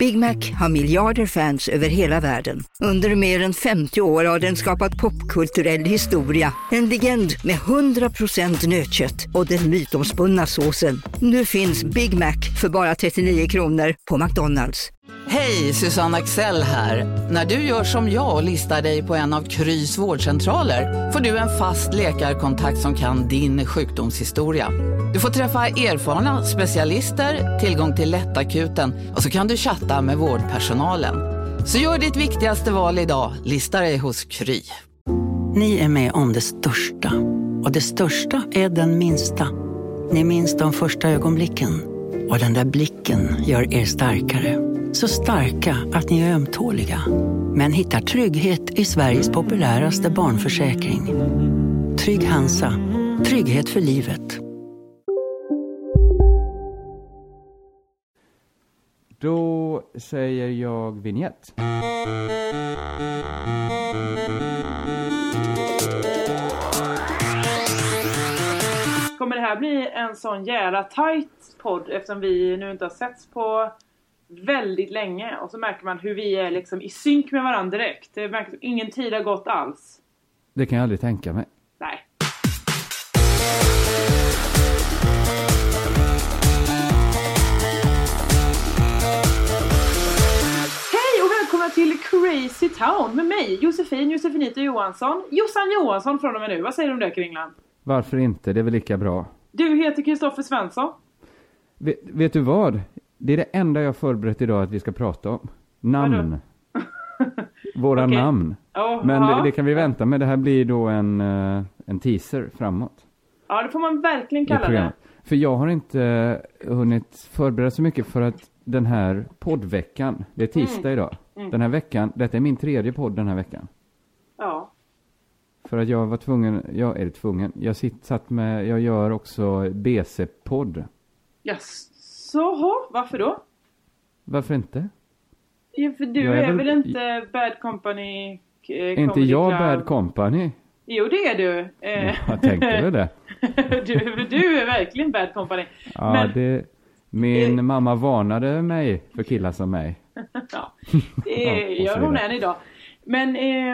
Big Mac har miljarder fans över hela världen. Under mer än 50 år har den skapat popkulturell historia. En legend med 100% nötkött och den mytomspunna såsen. Nu finns Big Mac för bara 39 kronor på McDonald's. Hej, Susanne Axel här. När du gör som jag och listar dig på en av Krys vårdcentraler får du en fast läkarkontakt som kan din sjukdomshistoria. Du får träffa erfarna specialister, tillgång till lättakuten och så kan du chatta med vårdpersonalen. Så gör ditt viktigaste val idag, lista dig hos Kry. Ni är med om det största. Och det största är den minsta. Ni minns de första ögonblicken. Och den där blicken gör er starkare. Så starka att ni är ömtåliga. Men hittar trygghet i Sveriges populäraste barnförsäkring. Trygg Hansa. Trygghet för livet. Då säger jag vignett. Kommer det här bli en sån jävla tight podd eftersom vi nu inte har setts på väldigt länge och så märker man hur vi är liksom i synk med varandra direkt. Det märks ingen tid har gått alls. Det kan jag aldrig tänka mig. Nej. Hej och välkomna till Crazy Town med mig, Josefinito Johansson. Jossan Johansson från och med nu. Vad säger du om det, Kringland? Varför inte? Det är väl lika bra. Du heter Kristoffer Svensson. Vet du vad? Det är det enda jag förberett idag att vi ska prata om. Namn. Våra namn. Men det kan vi vänta med. Det här blir då en teaser framåt. Ja, det får man verkligen kalla det. För jag har inte hunnit förbereda så mycket för att den här poddveckan, det är tisdag idag. Den här veckan, detta är min 3:e podd den här veckan. Ja. För att jag var tvungen. Jag gör också BC-podd. Yes. Så, varför då? Varför inte? Ja, för du är väl inte Bad Company? Inte jag Bad Company? Jo, det är du. Jag tänkte väl det. du är verkligen Bad Company. Ja, men... min mamma varnade mig för killar som mig. Ja, det gör hon än idag. Men,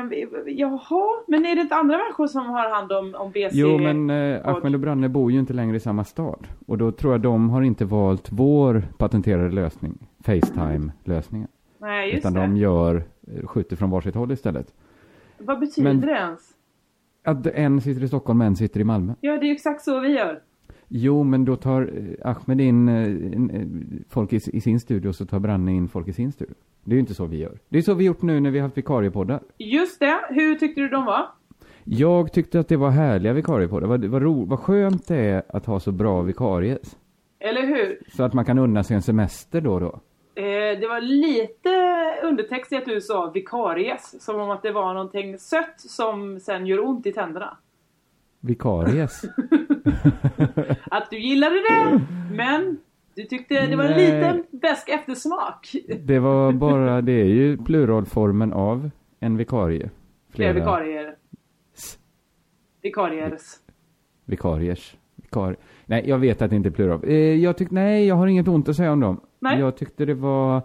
men är det inte andra människor som har hand om BC? Jo, men Ahmed och Branne bor ju inte längre i samma stad. Och då tror jag de har inte valt vår patenterade lösning, FaceTime-lösningen. Nej, just utan det. de skjuter från varsitt håll istället. Vad betyder det ens? Att en sitter i Stockholm och en sitter i Malmö. Ja, det är exakt så vi gör. Jo, men då tar Ahmed in folk i sin studio, så tar Branne in folk i sin studio. Det är ju inte så vi gör. Det är så vi gjort nu när vi har haft vikariepoddar. Just det. Hur tyckte du de var? Jag tyckte att det var härliga vikariepoddar. Vad skönt det är att ha så bra vikaries. Eller hur? Så att man kan unna sig en semester då. Det var lite undertext i att du sa vikaries. Som om att det var någonting sött som sen gör ont i tänderna. Vikaries? Att du gillade det, men du tyckte det var en liten bäsk eftersmak. Det var bara, det är ju pluralformen av en vikarie. Flera vikarier. Vikariers. Nej, jag vet att det inte är plural. Jag har inget ont att säga om dem. Nej. Jag tyckte det var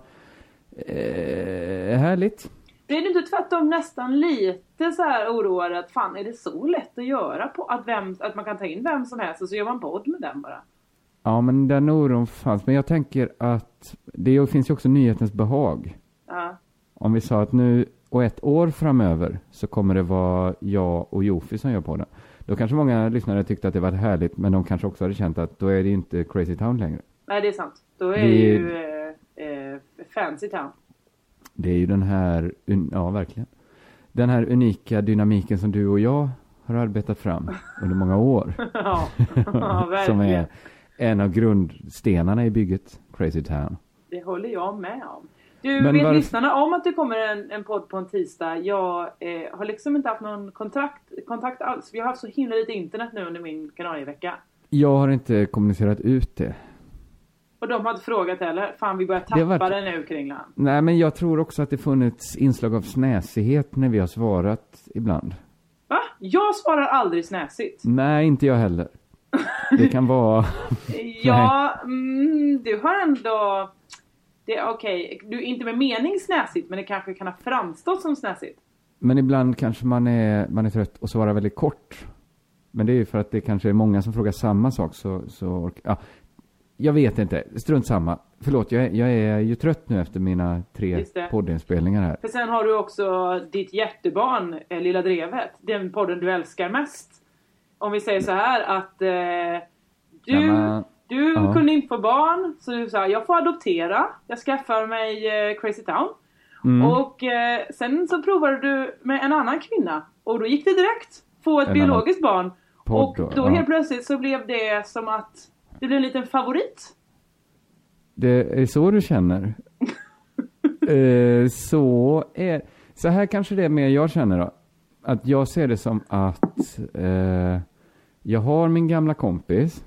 härligt. Blir du inte tvärtom nästan lite så här oroad att fan, är det så lätt att göra på att man kan ta in vem som helst och så gör man podd med den bara? Ja, men den oron fanns. Men jag tänker att det finns ju också nyhetens behag. Ja. Om vi sa att nu och ett år framöver så kommer det vara jag och Jofi som gör på den. Då kanske många lyssnare tyckte att det var härligt, men de kanske också hade känt att då är det inte Crazy Town längre. Nej, det är sant. Då är det ju Fancy Town. Det är ju den här, ja verkligen, den här unika dynamiken som du och jag har arbetat fram under många år. Ja, verkligen. Som är en av grundstenarna i bygget Crazy Town. Det håller jag med om. Du, men vet lyssnarna om att det kommer en podd på en tisdag? Jag har liksom inte haft någon kontakt alls. Vi har haft så himla lite internet nu under min kanarievecka. Jag har inte kommunicerat ut det. Och de har inte frågat heller. Fan, vi börjar tappa det nu, Kringland. Nej, men jag tror också att det funnits inslag av snäsighet när vi har svarat ibland. Va? Jag svarar aldrig snäsigt. Nej, inte jag heller. Det kan vara... Ja, du har ändå... Det är okej. Du inte med mening snäsigt, men det kanske kan ha framstått som snäsigt. Men ibland kanske man är trött och svarar väldigt kort. Men det är ju för att det kanske är många som frågar samma sak. Jag vet inte. Strunt samma. Förlåt, jag är ju trött nu efter mina 3 poddinspelningar här. För sen har du också ditt hjärtebarn, Lilla Drevet. Den podden du älskar mest. Om vi säger så här att du kunde inte få barn. Så du sa, jag får adoptera. Jag skaffar mig Crazy Town. Och sen så provade du med en annan kvinna. Och då gick det direkt. Få ett biologiskt barn. Och då helt plötsligt så blev det som att det blev en liten favorit. Det är så du känner. Så här kanske det är mer jag känner då. Att jag ser det som att jag har min gamla kompis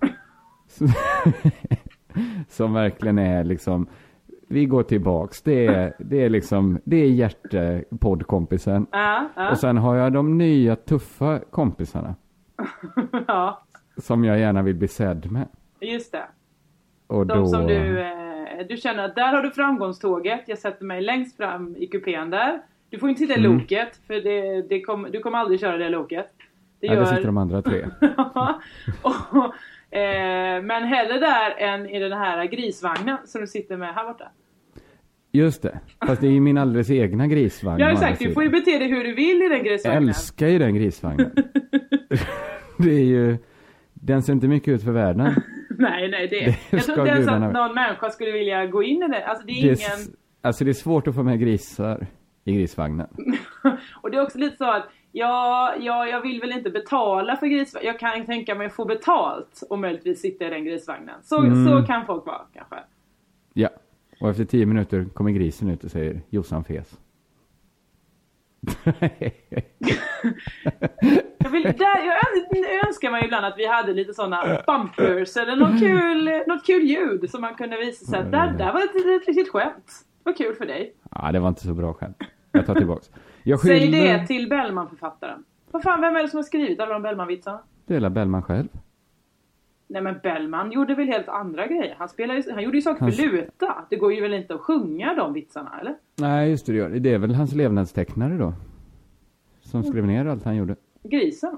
som verkligen är liksom, vi går tillbaks. Det är hjärtepoddkompisen. Och sen har jag de nya tuffa kompisarna. Ja. Som jag gärna vill bli sedd med. Just det. Och de som du känner att där har du framgångståget. Jag sätter mig längst fram i kupén där. Du får inte sitta i loket. För du kommer aldrig köra det loket. Det sitter de andra 3. Men hellre där än i den här grisvagnen som du sitter med här borta. Just det. Fast det är ju min alldeles egna grisvagn. Ja, exakt. Du får ju bete dig hur du vill i den grisvagnen. Jag älskar ju den grisvagnen. Det är ju... Den ser inte mycket ut för världen. Nej. Jag tror inte ens att någon människa skulle vilja gå in i det. Alltså det är ingen... Alltså det är svårt att få med grisar i grisvagnen. Och det är också lite så att jag vill väl inte betala för grisvagnen. Jag kan tänka mig att få betalt och möjligtvis sitta i den grisvagnen. Så kan folk vara kanske. Ja, och efter 10 minuter kommer grisen ut och säger Jossan fes. Jag önskar mig ibland att vi hade lite sådana bumpers eller något kul ljud som man kunde visa sig att där var ett riktigt skämt. Vad kul för dig. Ja, det var inte så bra skämt. Jag tar tillbaks. Säg det till Bellman-författaren. Vem är det som har skrivit alla de Bellman-vitsarna? Det är Bellman själv. Nej, men Bellman gjorde väl helt andra grejer. Han gjorde ju saker för luta. Det går ju väl inte att sjunga de vitsarna, eller? Nej, just det. Det är väl hans levnadstecknare då. Som skrev ner allt han gjorde. Grisen.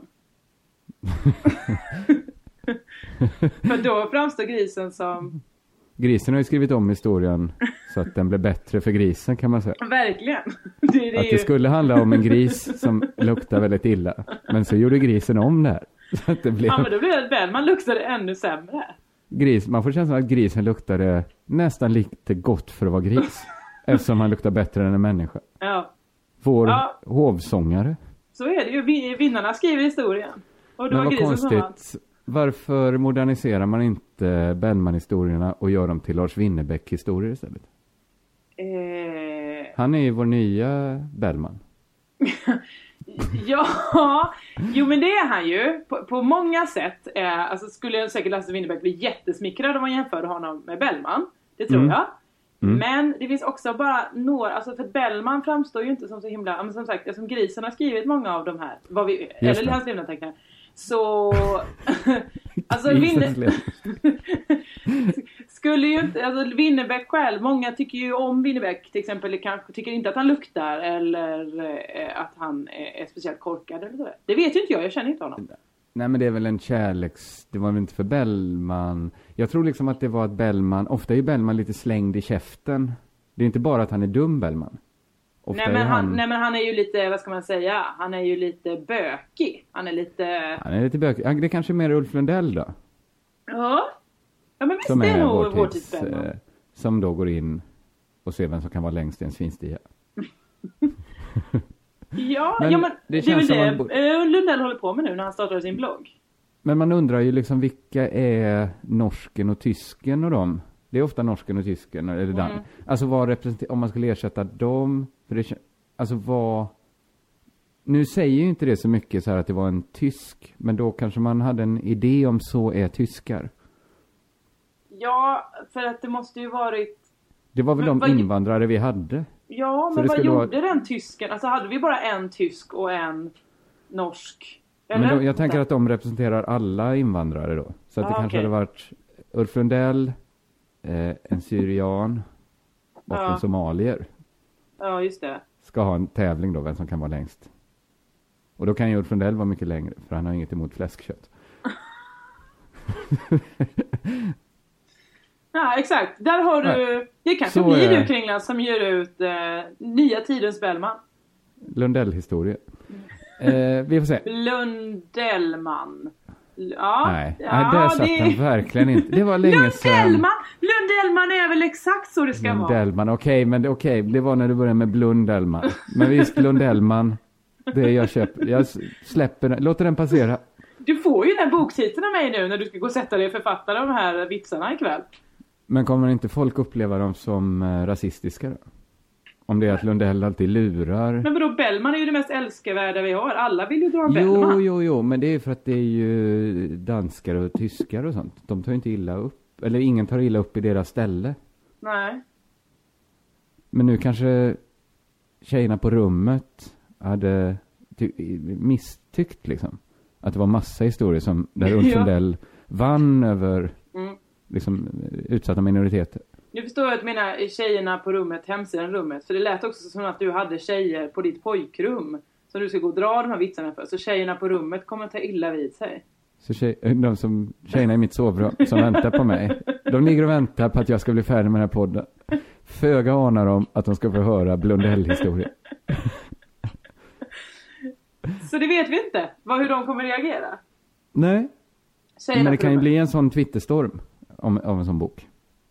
För då framstår grisen som... Grisen har ju skrivit om historien så att den blev bättre för grisen, kan man säga. Verkligen. Det skulle handla om en gris som luktar väldigt illa. Men så gjorde grisen om det här. Så att det blev... Ja, men då blev det väl. Man luktade ännu sämre. Man får känslan att grisen luktade nästan lite gott för att vara gris. Eftersom han luktar bättre än en människa. Ja. Vår hovsångare. Så är det ju. Vinnarna skriver historien. Och det men var vad konstigt. Varför moderniserar man inte Bellman-historierna och gör dem till Lars Winnerbäck-historier istället? Han är ju vår nya Bellman. Ja, jo men det är han ju. På många sätt. Alltså skulle jag säkert Lasse Winnerbäck bli jättesmickrad om man jämförde honom med Bellman. Det tror jag. Men det finns också bara några, alltså för Bellman framstår ju inte som så himla, men som sagt, som grisen har skrivit många av de här, eller hans levnadstecknare. Så alltså skulle ju inte, alltså Winnerbäck själv, många tycker ju om Winnerbäck till exempel, kanske tycker inte att han luktar eller att han är speciellt korkad eller så. Det vet ju inte jag känner inte honom. Nej, men det är väl en det var väl inte för Bellman. Jag tror liksom att det var att Bellman, ofta är ju Bellman lite slängd i käften. Det är inte bara att han är dum, Bellman. Nej men han är ju lite, vad ska man säga? Han är ju lite bökig. Han är lite bökig. Det är kanske mer Ulf Lundell då. Ja men visst det är nog vår tids Bellman. Som då går in och ser vem som kan vara längst i en svinstia. Ja, men det är väl det Lundell håller på med nu när han startar sin blogg. Men man undrar ju liksom vilka är norsken och tysken och dem? Det är ofta norsken och tysken eller dan. Alltså om man skulle ersätta dem, för det, alltså nu säger ju inte det så mycket så här att det var en tysk, men då kanske man hade en idé om så är tyskar. Ja, för att det måste ju varit... Det var väl invandrare vi hade. Ja, så men vad gjorde den tysken? Alltså hade vi bara en tysk och en norsk? Eller? Men jag tänker att de representerar alla invandrare då. Så att det kanske hade varit Ulf Lundell, en syrian och en somalier. Ja, just det. Ska ha en tävling då, vem som kan vara längst. Och då kan ju Ulf Lundell vara mycket längre, för han har inget emot fläskkött. Ja, exakt. Där har du... Det kanske blir du, Kringland, som ger ut nya tidens Bellman. Lundell-historia. Vi får se. Lundellman. Ja, nej, där satt han verkligen inte. Det var länge sedan. Lundellman är väl exakt så det ska Lundellman, vara. Okej, det var när du började med Blundellman. Men visst, Lundellman, det jag köper. Jag släpper den, låter den passera. Du får ju den boktiteln av mig nu när du ska gå och sätta dig och författa de här vitsarna ikväll. Men kommer inte folk uppleva dem som rasistiska då? Om det är att Lundell alltid lurar. Men vadå, Bellman är ju det mest älskvärda vi har. Alla vill ju dra en Bellman. Jo, men det är för att det är ju danskar och tyskar och sånt. De tar inte illa upp. Eller ingen tar illa upp i deras ställe. Nej. Men nu kanske tjejerna på rummet hade misstyckt liksom. Att det var massa historier som där Ulf Lundell vann över liksom utsatta minoriteter. Nu förstår jag att mina tjejerna på rummet, hemsidan rummet. För det lät också som att du hade tjejer på ditt pojkrum. Så du ska gå och dra de här vitsarna för. Så tjejerna på rummet kommer att ta illa vid sig. Så tjejerna i mitt sovrum som väntar på mig. De ligger och väntar på att jag ska bli färdig med den här podden. Föga anar de att de ska få höra Blundell-historia. Så det vet vi inte. Hur de kommer reagera. Nej. Tjejerna men det kan ju bli en sån Twitterstorm av en sån bok.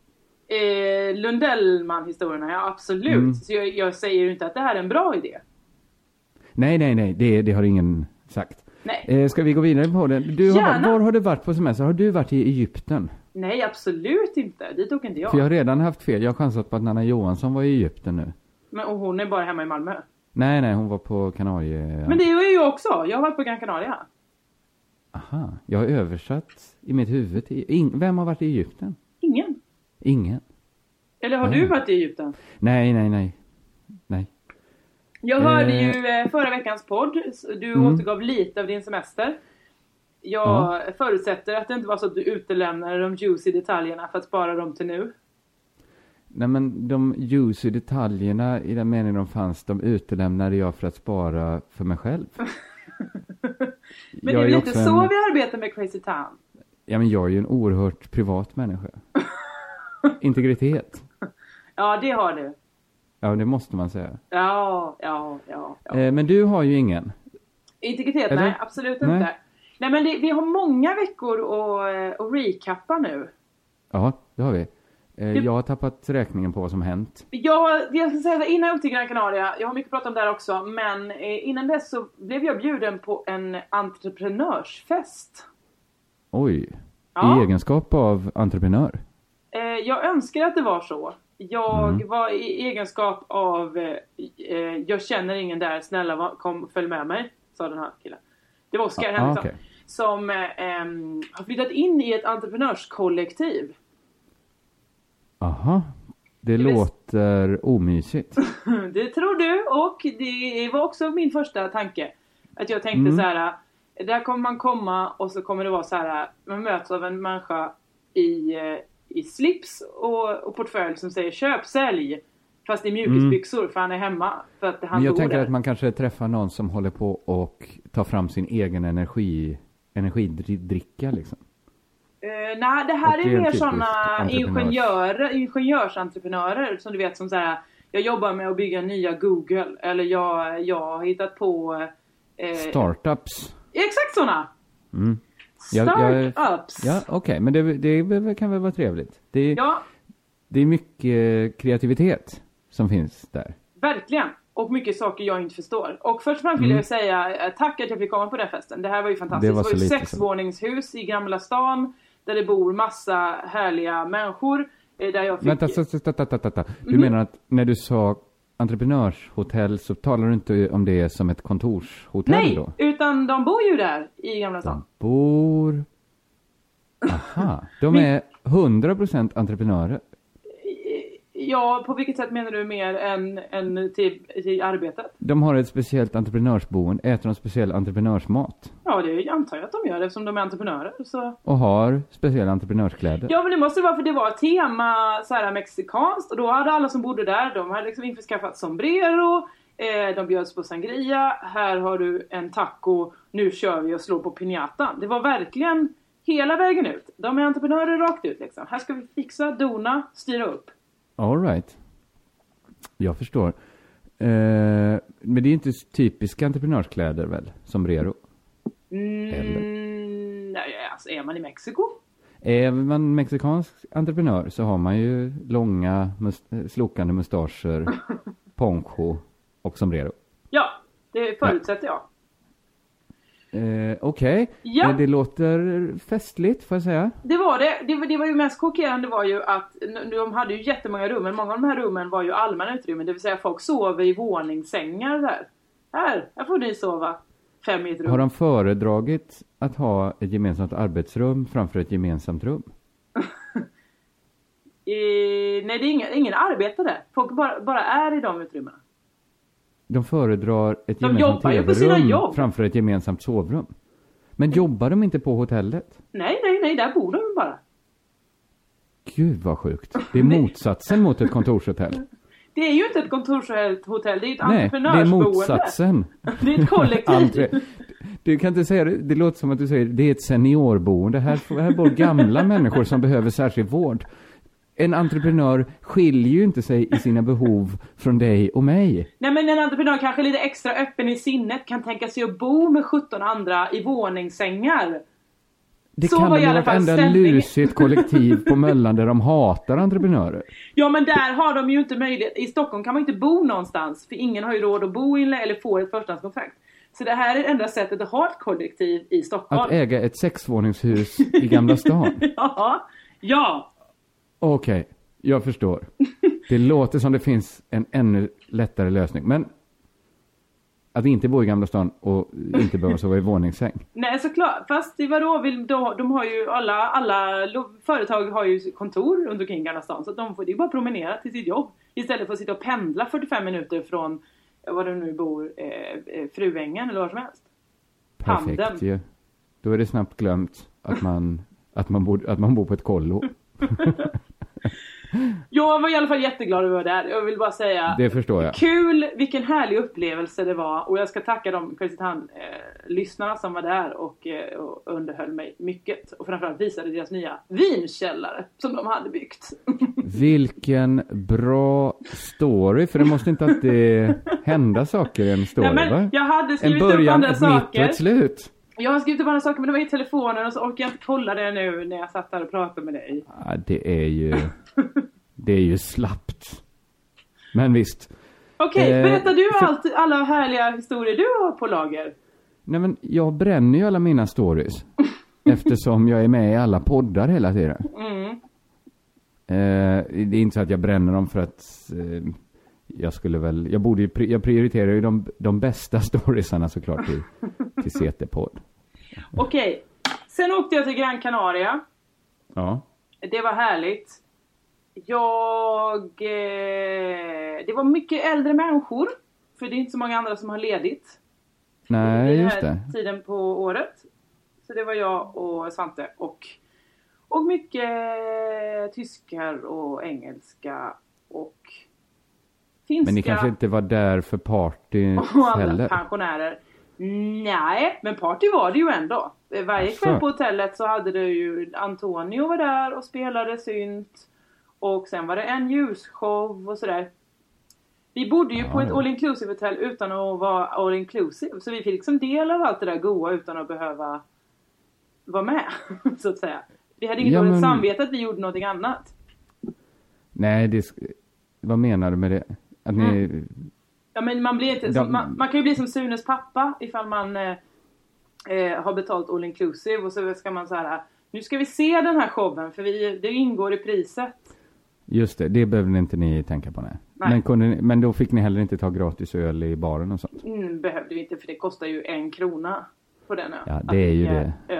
Lundellman-historierna, ja absolut. Så jag säger ju inte att det här är en bra idé. Nej, det har ingen sagt. Nej. Ska vi gå vidare på den? Var har du varit på semester? Har du varit i Egypten? Nej, absolut inte. Dit åker inte jag. För jag har redan haft fel. Jag har chansat på att Nanna Johansson var i Egypten nu. Men och hon är bara hemma i Malmö? Nej, hon var på Kanarie. Men det var ju jag också. Jag har varit på Gran Canaria. Aha, jag har översatt i mitt huvud. Vem har varit i Egypten? Ingen. Eller har du varit i Egypten? Nej. Jag hörde ju förra veckans podd. Du återgav lite av din semester. Jag förutsätter att det inte var så att du utelämnade de juicy detaljerna för att spara dem till nu. Nej, men de juicy detaljerna i den meningen de fanns, de utelämnade jag för att spara för mig själv. Men det är väl inte så vi arbetar med Crazy Town? Ja, men jag är ju en oerhört privat människa. Integritet. Ja, det har du. Ja, det måste man säga. Ja. Men du har ju ingen. Integritet? Eller? Nej, absolut inte. Nej, men vi har många veckor att recappa nu. Ja, det har vi. Jag har tappat räkningen på vad som hänt. Jag ska säga innan jag åkte till Gran Canaria, jag har mycket pratat om det här också, men innan dess så blev jag bjuden på en entreprenörsfest. Oj, i egenskap av entreprenör? Jag önskar att det var så. Jag var i egenskap av jag känner ingen där, snälla följ med mig, sa den här killen. Det var Oskar Henriksson. Okay. Som har flyttat in i ett entreprenörskollektiv. Aha, det låter omysigt. Det tror du, och det var också min första tanke. Att jag tänkte så här, där kommer man komma och så kommer det vara så här, man möts av en människa i slips och portfölj som säger köp, sälj. Fast i mjukisbyxor för han är hemma. För att han jag tänker att man kanske träffar någon som håller på och tar fram sin egen energidricka liksom. Nej, det här är mer sådana ingenjörsentreprenörer som du vet, som så här, jag jobbar med att bygga nya Google, eller jag har hittat på startups. Exakt sådana. Startups. Ja, okej, men det kan väl vara trevligt. Det är mycket kreativitet som finns där. Verkligen. Och mycket saker jag inte förstår. Och först och främst vill jag säga tack att jag fick komma på den festen. Det här var ju fantastiskt. Det var ju 6-våningshus i Gamla stan där det bor massa härliga människor. Där jag fick... Vänta. Du menar att när du sa entreprenörshotell så talar du inte om det som ett kontorshotell då? Nej, utan de bor ju där i Gamla stan. De bor... Aha, de är 100% entreprenörer. Ja, på vilket sätt menar du mer än till arbetet? De har ett speciellt entreprenörsboende, äter de speciell entreprenörsmat. Ja, det antar jag att de gör eftersom de är entreprenörer. Så. Och har speciella entreprenörskläder. Ja, men det måste vara för det var ett tema så här mexikanskt. Och då hade alla som bodde där, de hade liksom införskaffat sombrero. De bjöds på sangria. Här har du en taco. Nu kör vi och slår på piñatan. Det var verkligen hela vägen ut. De är entreprenörer rakt ut liksom. Här ska vi fixa, dona, styra upp. All right. Jag förstår. Men det är inte typiska entreprenörskläder väl? Sombrero? Nej, alltså är man i Mexiko? Är man mexikansk entreprenör så har man ju långa slokande mustascher, poncho och sombrero. Ja, det förutsätter jag. Okej. Ja. Det låter festligt, får jag säga. Det var det. Det var ju mest chockerande var ju att de hade ju jättemånga rum, men många av de här rummen var ju allmänna utrymmen. Det vill säga folk sover i våningssängar där. Här får ni sova 5 i ett rum. Har de föredragit att ha ett gemensamt arbetsrum framför ett gemensamt rum? Nej, det är ingen arbetar där. Folk bara är i de utrymmena. De föredrar ett gemensamt tv-rum framför ett gemensamt sovrum. Men jobbar de inte på hotellet? Nej, där bor de bara. Gud vad sjukt. Det är motsatsen mot ett kontorshotell. Det är ju inte ett kontorshotell, det är ett entreprenörsboende. Nej, det är motsatsen. Det är ett kollektiv. Du kan inte säga det låter som att du säger det är ett seniorboende. Här bor gamla människor som behöver särskild vård. En entreprenör skiljer ju inte sig i sina behov från dig och mig. Nej, men en entreprenör kanske är lite extra öppen i sinnet, kan tänka sig att bo med 17 andra i våningssängar. Det så kan väl vara ett enda lusigt kollektiv på Möllan där de hatar entreprenörer. Ja, men där har de ju inte möjlighet. I Stockholm kan man inte bo någonstans, för ingen har ju råd att bo in eller få ett förstahandskontrakt. Så det här är det enda sättet att ha ett kollektiv i Stockholm. Att äga ett 6-våningshus i Gamla stan? Ja. Okej, jag förstår. Det låter som det finns en ännu lättare lösning. Men att inte bo i Gamla stan och inte behöva sova i våningssäng. Nej, såklart. Fast det var då de har ju alla företag har ju kontor runt omkring Gamla stan. Så de får ju bara promenera till sitt jobb. Istället för att sitta och pendla 45 minuter från var de nu bor, Fruängen eller var som helst. Perfekt ju. Då är det snabbt glömt att man bor på ett kollo. Jag var i alla fall jätteglad över det där. Jag vill bara säga, det förstår jag. Kul, vilken härlig upplevelse det var. Och jag ska tacka de lyssnarna som var där och underhöll mig mycket. Och framförallt visade deras nya vinkällare som de hade byggt. Vilken bra story. För det måste inte alltid hända saker i en story. Nej, men jag hade skrivit en början, upp andra saker. Mitt och ett slut. Jag har skrivit upp andra saker, men det var i telefonen och så orkar jag inte kolla det nu när jag satt där och pratade med dig. Ja, det är ju slappt. Men visst. Okej, berättar du alla härliga historier du har på lager? Nej, men jag bränner ju alla mina stories. Eftersom jag är med i alla poddar hela tiden. Det är inte så att jag bränner dem för att jag prioriterar ju de bästa storiesarna såklart till CT-podd. Okej. Sen åkte jag till Gran Canaria. Ja. Det var härligt. Det var mycket äldre människor. För det är inte så många andra som har ledigt. Nej, just det. Tiden på året. Så det var jag och Svante. Och mycket tyskar och engelska och finska. Men ni kanske inte var där för party heller? Pensionärer. Nej, men party var det ju ändå. Varje kväll på hotellet så hade det ju Antonio var där och spelade synt. Och sen var det en ljusshow och sådär. Vi bodde ju på ett all-inclusive hotell utan att vara all-inclusive. Så vi fick liksom del av allt det där goa utan att behöva vara med, så att säga. Vi hade inget dåligt samvete att vi gjorde någonting annat. Nej, vad menar du med det? Att ni... Ja, men man blir inte... Man kan ju bli som Sunes pappa ifall man har betalt all inclusive. Och så ska man så här... Nu ska vi se den här showen för det ingår i priset. Just det behövde inte ni tänka på. Nej. Men då fick ni heller inte ta gratis öl i baren och sånt? Behövde vi inte, för det kostar ju 1 krona på den Ja, det är ju det. Öl.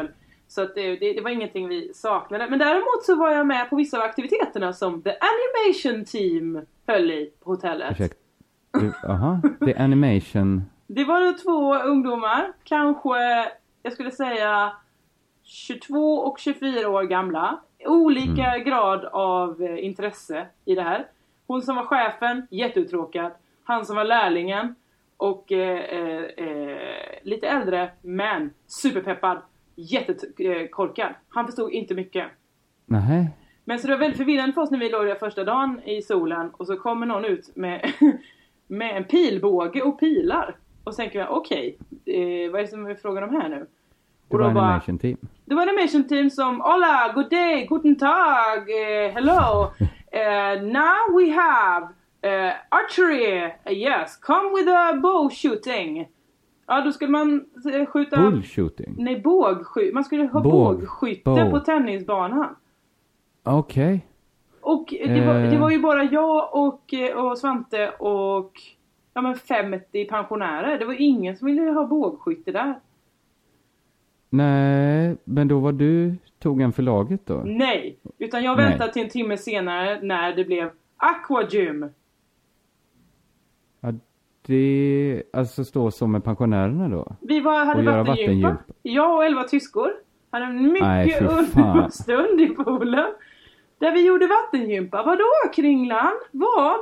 Så att det var ingenting vi saknade. Men däremot så var jag med på vissa av aktiviteterna som The Animation Team höll i på hotellet. Ursäkta. Jaha, The Animation. Det var då 2 ungdomar, kanske jag skulle säga 22 och 24 år gamla. Olika grad av intresse i det här. Hon som var chefen, jätteuttråkad. Han som var lärlingen och lite äldre, men superpeppad, jättekorkad. Han förstod inte mycket. Nej. Men så det var väldigt förvirrande för oss när vi låg där första dagen i solen. Och så kommer någon ut med en pilbåge och pilar. Och så tänker jag, okej, vad är det som är frågan om här nu? Det var Animation Team. Det var Animation Team som, hola, good day, guten tag, hello. Now we have archery, yes, come with a bow shooting. Ja, då skulle man skjuta... Bullshooting? Nej, bågskytte. Man skulle ha bågskytte på tennisbanan. Okej. Och det var ju bara jag och Svante och 50 pensionärer. Det var ingen som ville ha bågskytte där. Nej, men då var du tog en för laget då? Nej, utan jag väntade till en timme senare när det blev aquagym. Ja, det alltså stå som med pensionärerna då? Vi hade vattengympa. Jag och 11 tyskor hade en mycket underbar stund i poolen. Där vi gjorde vattengympa. Vadå, Kringlan? Vad?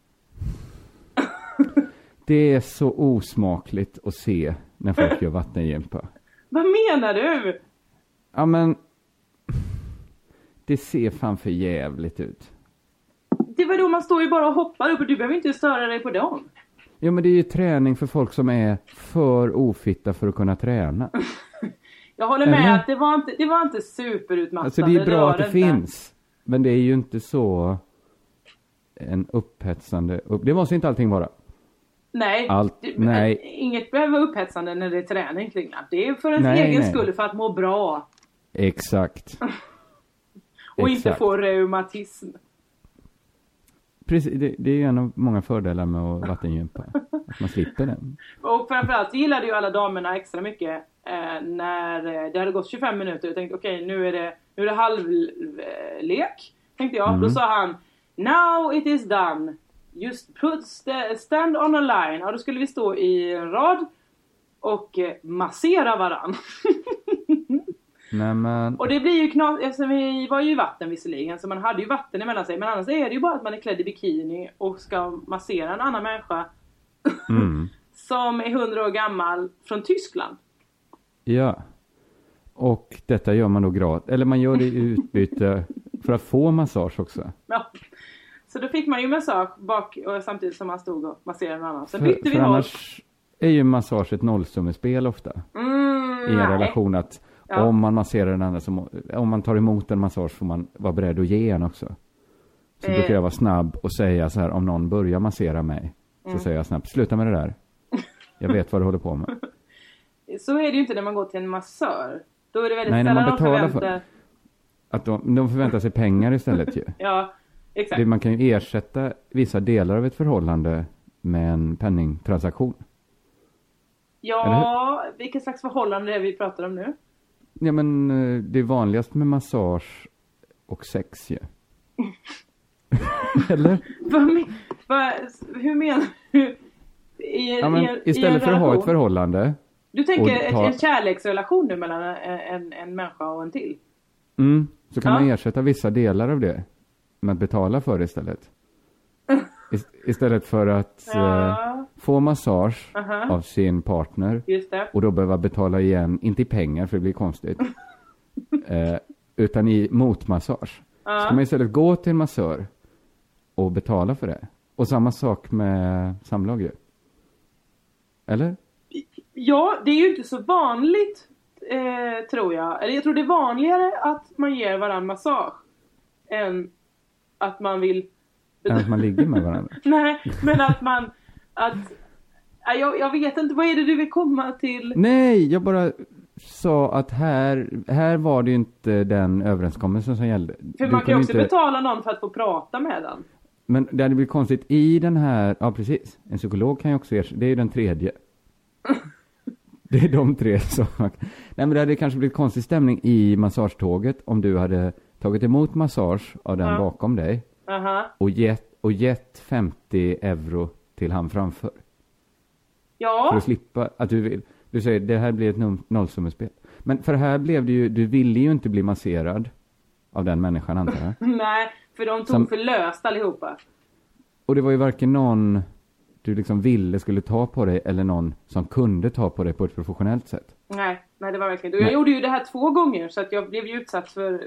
Det är så osmakligt att se när folk gör vattengympa. Vad menar du? Ja, men det ser fan för jävligt ut. Det var då man står ju bara och hoppar upp och du behöver inte störa dig på dem. Ja, men det är ju träning för folk som är för ofitta för att kunna träna. Jag håller med att det var inte superutmattande. Alltså det är bra att det finns. Men det är ju inte så en upphetsande... Det måste inte allting vara. Nej, nej. Inget behöver vara upphetsande när det är träning, Kringland. Det är för ens egen skull, för att må bra. Exakt. Och inte få reumatism. Precis, det är ju en av många fördelar med att vattengympa. Att man slipper den. Och framförallt gillade ju alla damerna extra mycket när det hade gått 25 minuter. Jag tänkte okej, nu är det halvlek, tänkte jag. Då sa han, now it is done. Just stand on a line. Ja, då skulle vi stå i en rad och massera varann. Nämen. Och det blir ju eftersom vi var ju i vatten visserligen, så man hade ju vatten emellan sig. Men annars är det ju bara att man är klädd i bikini och ska massera en annan människa som är 100 år gammal från Tyskland. Ja. Och detta gör man då gratis. Eller man gör det i utbyte för att få massage också. Ja. Så då fick man ju massage bak och samtidigt som man stod och masserade en annan. Så bytte vi annars är ju massage ett nollsummespel ofta. I en relation att om man masserar den andra, om man tar emot en massage får man vara beredd att ge en också. Så brukar jag vara snabb och säga så här, om någon börjar massera mig, så säger jag snabbt, sluta med det där. Jag vet vad du håller på med. Så är det ju inte när man går till en massör. Då är det väldigt när man betalar för att de förväntar sig pengar istället ju. Ja, exakt. Man kan ju ersätta vissa delar av ett förhållande med en penningtransaktion. Ja, vilket slags förhållande är vi pratar om nu? Ja, men det är vanligast med massage och sex ju. Eller? Hur menar du? Istället för att ha ett förhållande. Du tänker en kärleksrelation nu mellan en människa och en till? Så kan man ersätta vissa delar av det med att betala för det istället. Istället för att få massage av sin partner. Just det. Och då behöva betala igen, inte i pengar för det blir konstigt. Utan i motmassage. Ska man istället gå till en massör och betala för det. Och samma sak med samlag ju. Eller? Ja, det är ju inte så vanligt tror jag. Eller jag tror det är vanligare att man ger varandra massage än att man vill... Än att man ligger med varandra. Nej, men jag vet inte, vad är det du vill komma till? Nej, jag bara sa att här var det ju inte den överenskommelsen som gällde. För man kan ju också betala någon för att få prata med den. Men det hade blivit konstigt i den här, ja precis, en psykolog kan ju också det är ju den tredje. Det är de 3 som... Nej, men det hade kanske blivit konstig stämning i massagetåget om du hade tagit emot massage av den bakom dig. Och gett 50 euro till han framför. Ja. För att slippa att du säger det här blir ett nollsummespel. Men för här blev det ju, du ville ju inte bli masserad av den människan, antar jag. Nej, för de tog för löst allihopa. Och det var ju varken någon du liksom ville skulle ta på dig eller någon som kunde ta på dig på ett professionellt sätt. Nej, det var verkligen. Jag gjorde ju det här 2 gånger så att jag blev ju utsatt för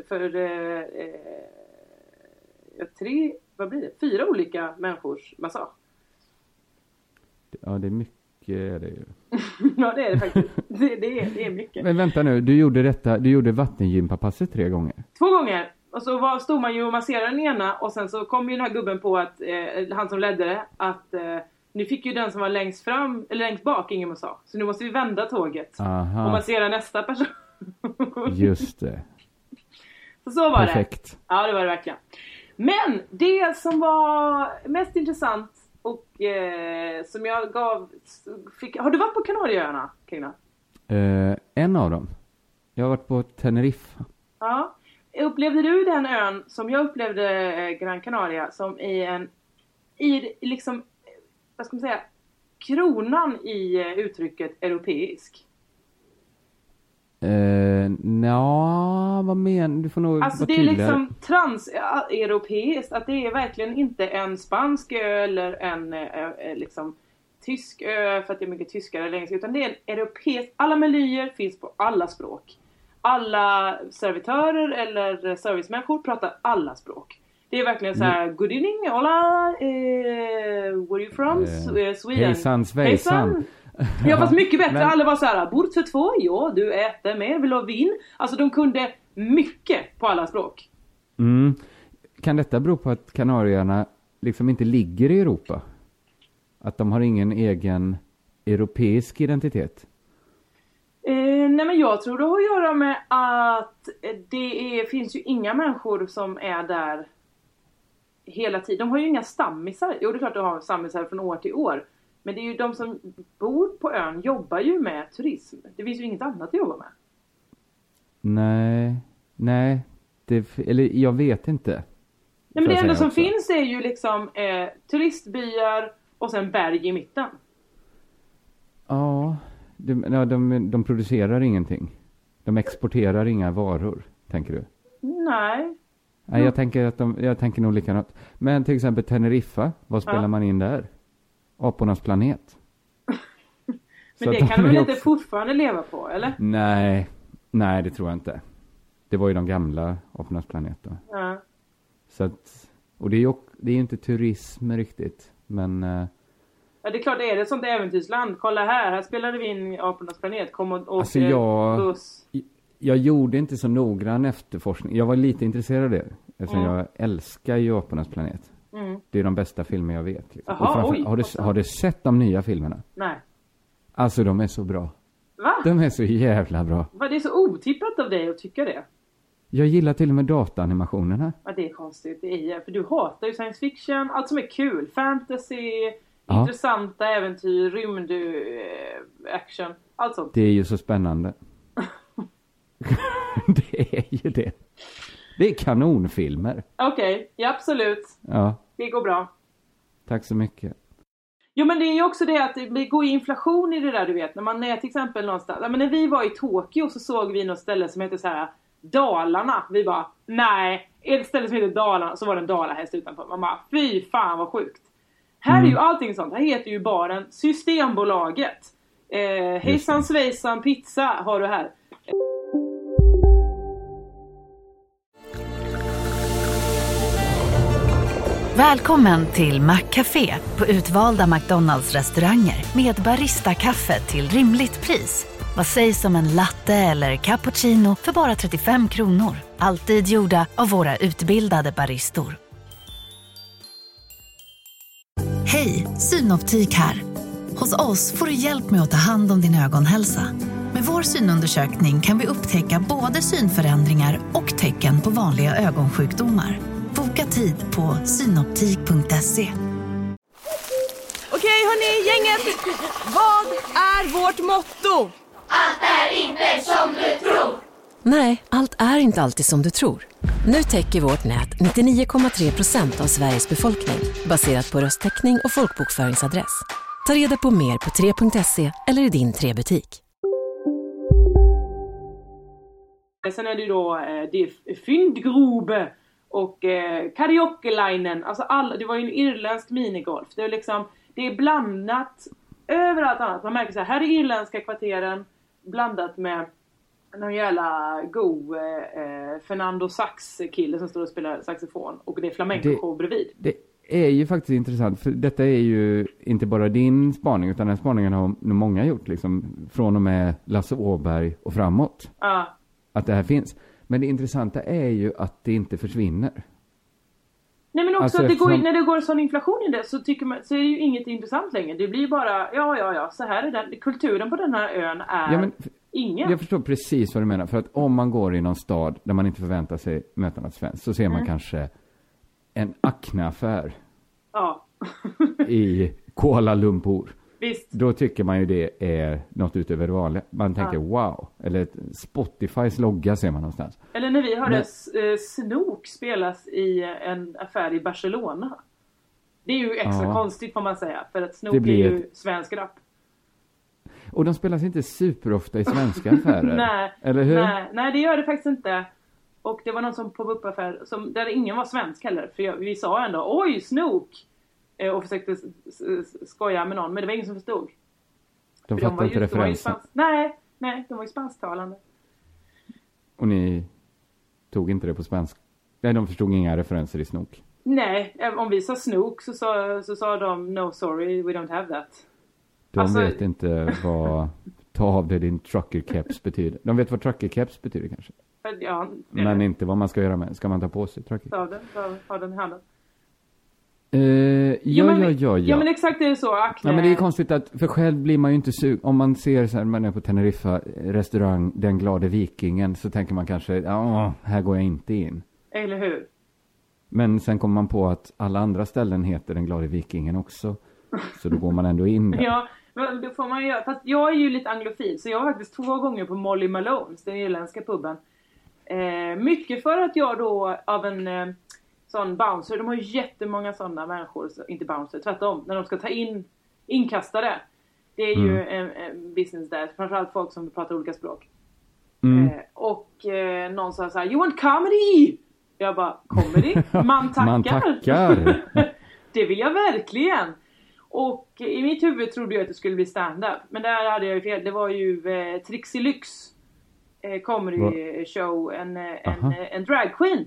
4 olika människors massage. Ja, det är mycket är det ju. Ja, det är det faktiskt. Det är mycket. Men vänta nu, du gjorde vattengympapasset 3 gånger. 2 gånger. Och så stod man ju och masserade den ena och sen så kom ju den här gubben på att han som ledde det att nu fick ju den som var längst fram eller längst bak ingen massage. Så nu måste vi vända tåget. Aha. Och massera nästa person. Just det. Så var Perfekt. Det. Ja, det var det verkligen. Men det som var mest intressant och som jag fick... Har du varit på Kanarieöarna, Kina? En av dem. Jag har varit på Teneriffa. Ja. Upplevde du den ön som jag upplevde Gran Canaria som i liksom, vad ska man säga, kronan i uttrycket europeisk? Vad menar du? Får nog alltså det är liksom transeuropeiskt, att det är verkligen inte en spansk ö eller en liksom tysk ö för att det är mycket tyskare längst, utan det är en europeisk. Alla menyer finns på alla språk. Alla servitörer eller servicemänniskor pratar alla språk. Det är verkligen så här, good evening, hola, where are you from? Sweden. Hejsan, svejsan. Ja, fast mycket bättre. Alla var så här, bord för 2, ja, du äter med, vill ha vin. Alltså de kunde mycket på alla språk. Kan detta bero på att Kanarieöarna liksom inte ligger i Europa? Att de har ingen egen europeisk identitet? Nej, men jag tror det har att göra med att finns ju inga människor som är där hela tiden. De har ju inga stammisar. Jo, det är klart de har stammisar från år till år. Men det är ju de som bor på ön jobbar ju med turism. Det finns ju inget annat att jobba med. Nej. Eller jag vet inte. Nej, men det enda som finns är ju liksom turistbyar och sen berg i mitten. Ja, de producerar ingenting. De exporterar inga varor, tänker du? Nej. Nej, jag tänker nog likadant. Men till exempel Teneriffa, vad spelar man in där? Apornas planet. Men det kan de väl inte fortfarande leva på, eller? Nej, det tror jag inte. Det var ju de gamla Apornas planet då. Ja. Så att, och det är ju inte turism riktigt, men... Ja, det är klart det är det sånt äventyrsland. Kolla här spelade vi in Apornas planet. Kom och åkte buss. Jag gjorde inte så noggrann efterforskning. Jag var lite intresserad av det. Eftersom jag älskar ju Apornas planet. Det är de bästa filmer jag vet. Liksom. Aha, har du sett de nya filmerna? Nej. Alltså de är så bra. Va? De är så jävla bra. Va, det är så otippat av dig att tycka det. Jag gillar till och med dataanimationerna. Ja, det är konstigt. För du hatar ju science fiction. Allt som är kul. Fantasy, intressanta äventyr, rymd, action. Allt sånt. Det är ju så spännande. Det är ju det. Det är kanonfilmer. Okej, ja, absolut. Ja. Det går bra. Tack så mycket. Jo, men det är ju också det att det går inflation i det där, du vet. När man är till exempel någonstans. Ja, men när vi var i Tokyo så såg vi något ställe som heter så här Dalarna. Vi bara, nej. Ett ställe som heter Dalarna, så var det en dalahäst utanför. Man bara, fy fan vad sjukt. Här är ju allting sånt. Här heter ju baren Systembolaget. Hejsan svejsan pizza har du här. Välkommen till McCafé på utvalda McDonalds-restauranger med Barista-kaffe till rimligt pris. Vad sägs om en latte eller cappuccino för bara 35 kronor? Alltid gjorda av våra utbildade baristor. Hej, Synoptik här. Hos oss får du hjälp med att ta hand om din ögonhälsa. Med vår synundersökning kan vi upptäcka både synförändringar och tecken på vanliga ögonsjukdomar. Boka tid på synoptik.se. Okej, hörni, gänget. Vad är vårt motto? Allt är inte som du tror. Nej, allt är inte alltid som du tror. Nu täcker vårt nät 99,3% av Sveriges befolkning baserat på röstteckning och folkbokföringsadress. Ta reda på mer på 3.se eller i din 3-butik. Sen är det ju då det är Fyndgrobe och Karaoke-linen. Alltså det var ju en irländsk minigolf. Det är liksom, det är blandat överallt annat. Man märker så här är irländska kvarteren blandat med någon jävla Fernando Sax-kille som står och spelar saxofon. Och det är flamenco-show bredvid. Det är ju faktiskt intressant, för detta är ju inte bara din spaning, utan den spaningen har nog många gjort, liksom, från och med Lasse Åberg och framåt. Ja. Att det här finns. Men det intressanta är ju att det inte försvinner. Nej, men också alltså, att det går, när det går sån inflation i det så tycker man, så är det ju inget intressant längre. Det blir bara, ja, så här är den. Kulturen på den här ön är ingen. Jag förstår precis vad du menar. För att om man går i någon stad där man inte förväntar sig möta något svenskt, så ser man kanske en Acne-affär i Kuala Lumpur. Visst. Då tycker man ju det är något utöver det vanliga. Man tänker wow. Eller Spotifys logga ser man någonstans. Eller när vi hörde Snook spelas i en affär i Barcelona. Det är ju extra konstigt får man säga. För att Snook är ju svensk rap. Och de spelas inte superofta i svenska affärer. Nej, eller hur? Nej, det gör det faktiskt inte. Och det var någon som pop-up-affär där ingen var svensk heller. För vi sa ändå, oj Snook! Och försökte skoja med någon, men det var ingen som förstod. De fattade inte referensen. Nej, de var ju spansktalande. Och ni tog inte det på spansk? Nej, de förstod inga referenser i Snook. Nej, om vi sa Snook så sa de no sorry, we don't have that. De vet inte vad ta av det din trucker caps betyder. De vet vad trucker caps betyder kanske. Ja, men inte vad man ska göra med. Ska man ta på sig trucker caps? Ta den handen. Ja, men exakt är det så. Ja, men det är konstigt att för själv blir man ju inte sug. Om man ser så här, man är på Teneriffa restaurang Den glade vikingen, så tänker man kanske här går jag inte in. Eller hur? Men sen kommer man på att alla andra ställen heter Den glade vikingen också. Så då går man ändå in där. Ja, men det får man göra. Fast jag är ju lite anglofil, så jag var faktiskt 2 gånger på Molly Malones, den irländska puben. Mycket för att jag då av en sån bouncer, de har ju jättemånga sådana människor, inte bouncer, tvärtom, när de ska ta in inkastare. Det är ju en business där, framförallt folk som pratar olika språk. Och någon sa så här, you want comedy? Jag bara, comedy? Man tackar. Man tackar. Det vill jag verkligen. Och i mitt huvud trodde jag att det skulle bli stand-up. Men där hade jag ju fel. Det var ju Trixie Lyx comedy show, en drag queen.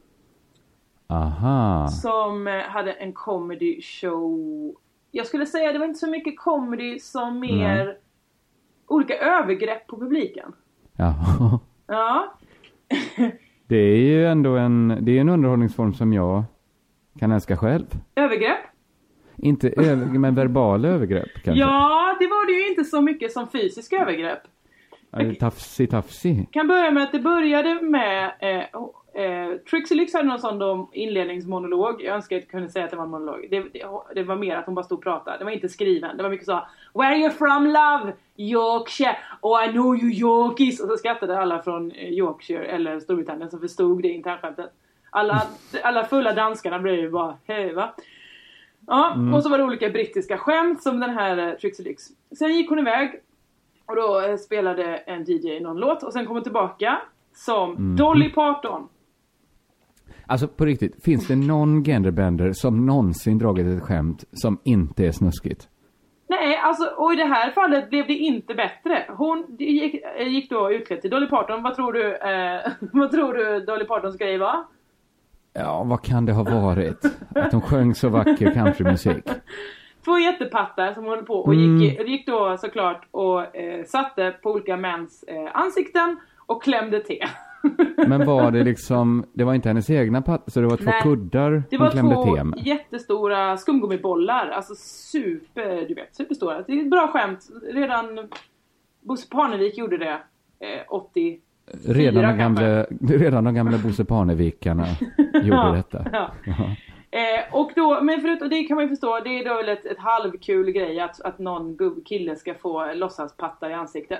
Aha. Som hade en comedy show. Jag skulle säga det var inte så mycket comedy som mer olika övergrepp på publiken. Jaha. Ja. Det är ju ändå en underhållningsform som jag kan älska själv. Övergrepp? Inte men verbala övergrepp kanske. Ja, det var det ju inte så mycket som fysiska övergrepp. Tafsi. Kan börja med att det började med Trixie Lyx hade någon sån inledningsmonolog. Jag önskar att jag kunde säga att det var en monolog. Det var mer att hon bara stod och pratade. Det var inte skriven. Det var mycket så, where are you from, love? Yorkshire. Oh, I know you Yorkies. Och så skrattade alla från Yorkshire eller Storbritannien som förstod det internskämtet. Alla fulla danskarna blev ju bara, hej va? Ja, och så var det olika brittiska skämt som den här Trixie Lyx. Sen gick hon iväg och då spelade en DJ någon låt och sen kom hon tillbaka som Dolly Parton. Alltså på riktigt, finns det någon genderbender som någonsin dragit ett skämt som inte är snuskigt? Nej, alltså, och i det här fallet blev det inte bättre. Hon gick då utklädd till Dolly Parton. Vad tror du Dolly Partons grej var? Ja, vad kan det ha varit? Att hon sjöng så vacker countrymusik. 2 jättepattar som håller på och gick då såklart och satte på olika mäns ansikten och klämde te. Men var det liksom, det var inte hennes egna pattar, så det var 2 kuddar det hon klämde te med? Det var 2 jättestora skumgummibollar, alltså superstora. Det är ett bra skämt. Redan Bosse Parnevik gjorde det 80. Redan de gamla Bosse Parnevikarna gjorde detta. Ja. Och då, men förutom det kan man ju förstå, det är då väl ett halvkul grej att någon kille ska få låtsas patta i ansiktet.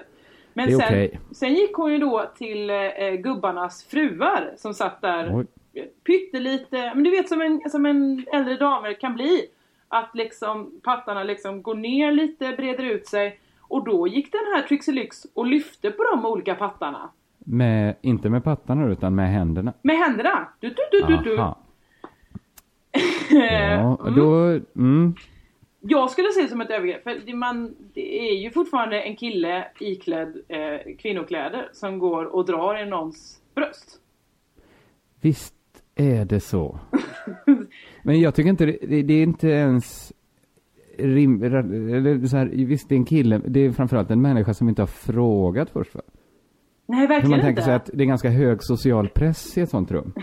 Men sen gick hon ju då till gubbarnas fruar som satt där pyttelite, men du vet som en äldre damer kan bli, att liksom pattarna liksom går ner lite, breder ut sig, och då gick den här Trixie Lix och lyfte på de olika pattarna. Inte med pattarna utan med händerna. Med händerna? Du. Jag skulle se det som ett övergrepp, för det är ju fortfarande en kille iklädd kvinnokläder som går och drar i någons bröst. Visst är det så. Men jag tycker inte det är inte ens eller så här, visst det är en kille, det är framförallt en människa som inte har frågat först. Nej, verkligen inte. Man tänker sig att det är ganska hög social press i ett sånt rum.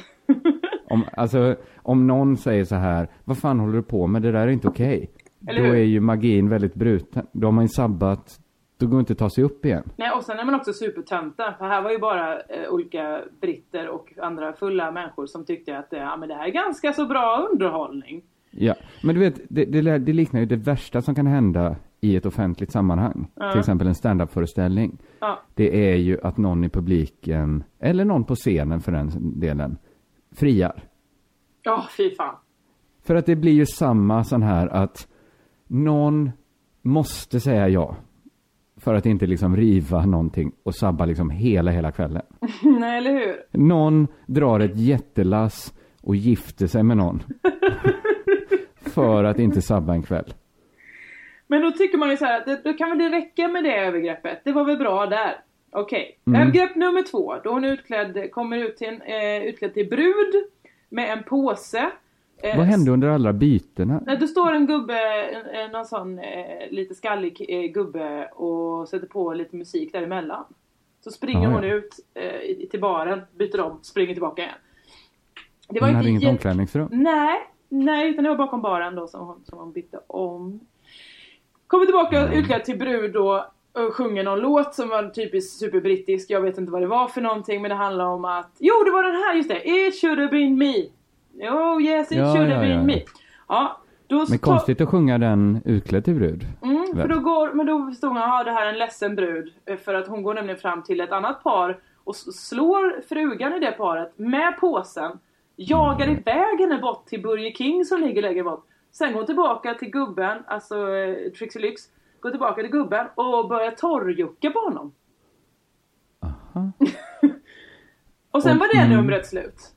Om någon säger så här, vad fan håller du på med, det där är inte okej. Då är ju magin väldigt bruten. Då har man ju sabbat, då går inte att ta sig upp igen. Nej, och sen är man också supertönta. För här var ju bara olika britter och andra fulla människor som tyckte att men det här är ganska så bra underhållning. Ja, men du vet, det liknar ju det värsta som kan hända i ett offentligt sammanhang. Till exempel en stand-up-föreställning. Det är ju att någon i publiken, eller någon på scenen för den delen, friar. Fy fan. För att det blir ju samma sån här att någon måste säga ja. För att inte liksom riva någonting och sabba liksom hela kvällen. Nej, eller hur? Någon drar ett jättelass och gifter sig med någon. För att inte sabba en kväll. Men då tycker man ju så här att då kan väl det räcka med det övergreppet. Det var väl bra där. Okej. Övergrepp nummer 2. Då hon kommer ut till utklädd till brud med en påse. Vad hände under alla bytena? Det står en gubbe, någon sån lite skallig gubbe, och sätter på lite musik däremellan. Så springer hon ut till baren, byter om, springer tillbaka igen. Det var hade inget omklädningsrum? Nej, utan det var bakom baren då som hon bytte om. Kommer tillbaka utklädd till brud då och sjunger någon låt som var typiskt superbrittisk. Jag vet inte vad det var för någonting, men det handlar om att det var den här, just det. It should have been me. Oh yes, it should have been me. Ja, men konstigt att sjunga den utklädd till brud. För då förstod han, det här är en ledsen brud. För att hon går nämligen fram till ett annat par och slår frugan i det paret med påsen. Jagar iväg henne bort till Burger King som ligger längre bort. Sen går tillbaka till gubben, alltså Trixie Lix, går tillbaka till gubben och börjar torrjucka på honom. Aha. Och sen var det numret slut.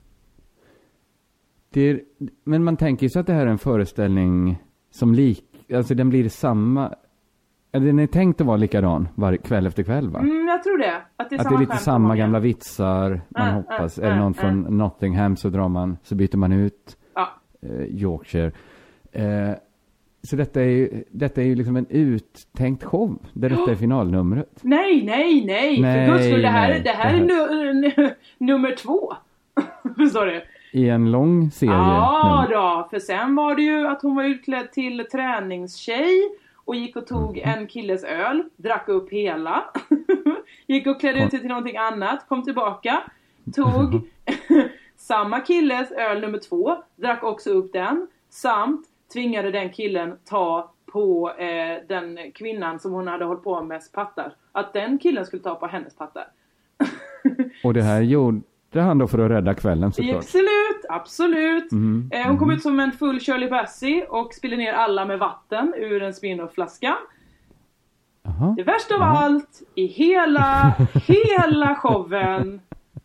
Men man tänker ju så att det här är en föreställning som alltså den blir samma, eller den är tänkt att vara likadan kväll efter kväll, va? Jag tror det. Att det är lite samma gamla vitsar, man hoppas. Är det någon från Nottingham så byter man ut Yorkshire. Så detta är ju liksom en uttänkt show där detta är finalnumret. Nej. För guds skull, det här är nummer 2. Förstår du? I en lång serie. Ja, för sen var det ju att hon var utklädd till träningstjej och gick och tog en killes öl, drack upp hela. Gick och klädde ut sig till någonting annat, kom tillbaka, tog samma killes öl nummer 2, drack också upp den, samt tvingade den killen ta på den kvinnan som hon hade hållit på med pattar. Att den killen skulle ta på hennes pattar. Och det här gjorde han då för att rädda kvällen, såklart. Absolut. Hon kom ut som en full Shirley Bassey och spillde ner alla med vatten ur en Smirnoff-flaska. Det värsta av allt i hela showen.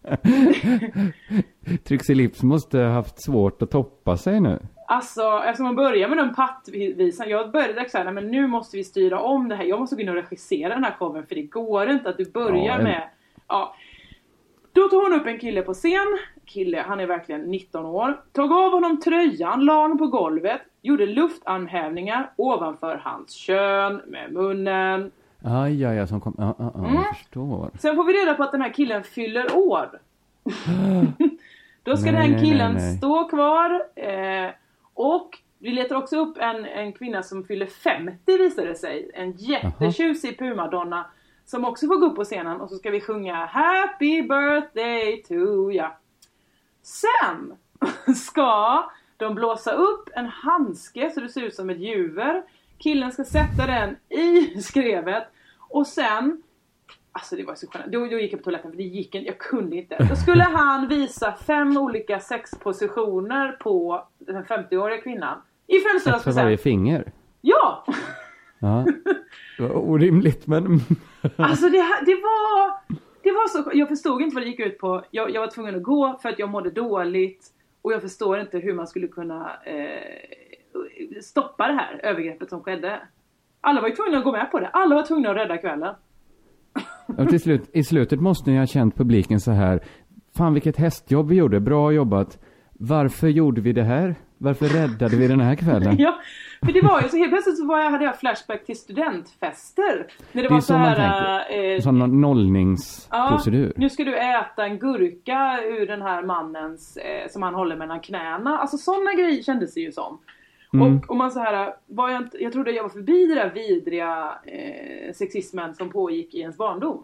Trixie Lix måste ha haft svårt att toppa sig nu. Alltså, eftersom man börjar med den pattvisan, jag började direkt säga, men nu måste vi styra om det här. Jag måste gå in och regissera den här showen, för det går inte att du börjar med... Då tog hon upp en kille på scen. Han är verkligen 19 år. Tog av honom tröjan, la honom på golvet. Gjorde luftanhävningar ovanför hans kön med munnen. Ja, som kom... jag förstår. Sen får vi reda på att den här killen fyller år. Då ska den killen stå kvar. Och vi letar också upp en kvinna som fyller 50, visade det sig. En jättetjusig pumadonna. Som också får gå upp på scenen, och så ska vi sjunga Happy birthday to ya. Sen ska de blåsa upp en handske så det ser ut som ett juver. Killen ska sätta den i skrevet. Och sen, Alltså det var så skönt. Då gick jag på toaletten för det gick inte. Jag kunde inte. Då skulle han visa 5 olika sexpositioner på den 50-åriga kvinnan. I födelsedagspresent. För varje finger? Ja! Ja. Det var orimligt men... Alltså det var så... Jag förstod inte vad det gick ut på. Jag var tvungen att gå för att jag mådde dåligt. Och jag förstår inte hur man skulle kunna stoppa det här övergreppet som skedde. Alla var ju tvungna att gå med på det. Alla var tvungna att rädda kvällen. Och i slutet måste ni ha känt publiken så här. Fan vilket hästjobb vi gjorde. Bra jobbat. Varför gjorde vi det här? Varför räddade vi den här kvällen? Ja, för det var ju så helt plötsligt så hade jag flashback till studentfester. När det var så här... sån nollningsprocedur. Ja, nu ska du äta en gurka ur den här mannens... som han håller mellan knäna. Alltså sådana grejer kändes det ju som. Och man så här... jag trodde jag var förbi det där vidriga sexismen som pågick i ens barndom.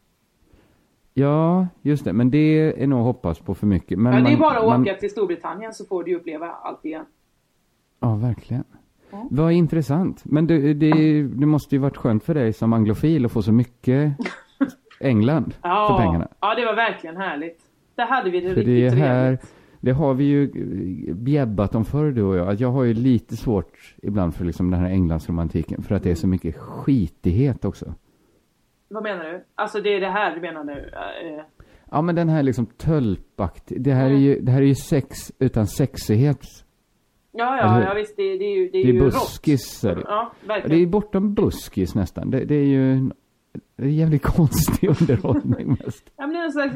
Ja, just det. Men det är nog hoppas på för mycket. Men det är bara att åka till Storbritannien så får du uppleva allt igen. Ja, verkligen. Vad intressant. Men det måste ju varit skönt för dig som anglofil att få så mycket England för pengarna. Ja, det var verkligen härligt. Det hade vi det för riktigt trevligt. Det har vi ju bjäbbat om förr du och jag. Att jag har ju lite svårt ibland för liksom den här Englandsromantiken. För att det är så mycket skitighet också. Vad menar du? Alltså det är det här du menar nu? Ja, men den här liksom tölpakt. Det här är ju sex utan sexighet. Ja, visst. Det är ju buskis. Ja, verkligen. Det är bortom buskis nästan. Det är ju en jävligt konstig underhållning mest. Ja, men det är en slags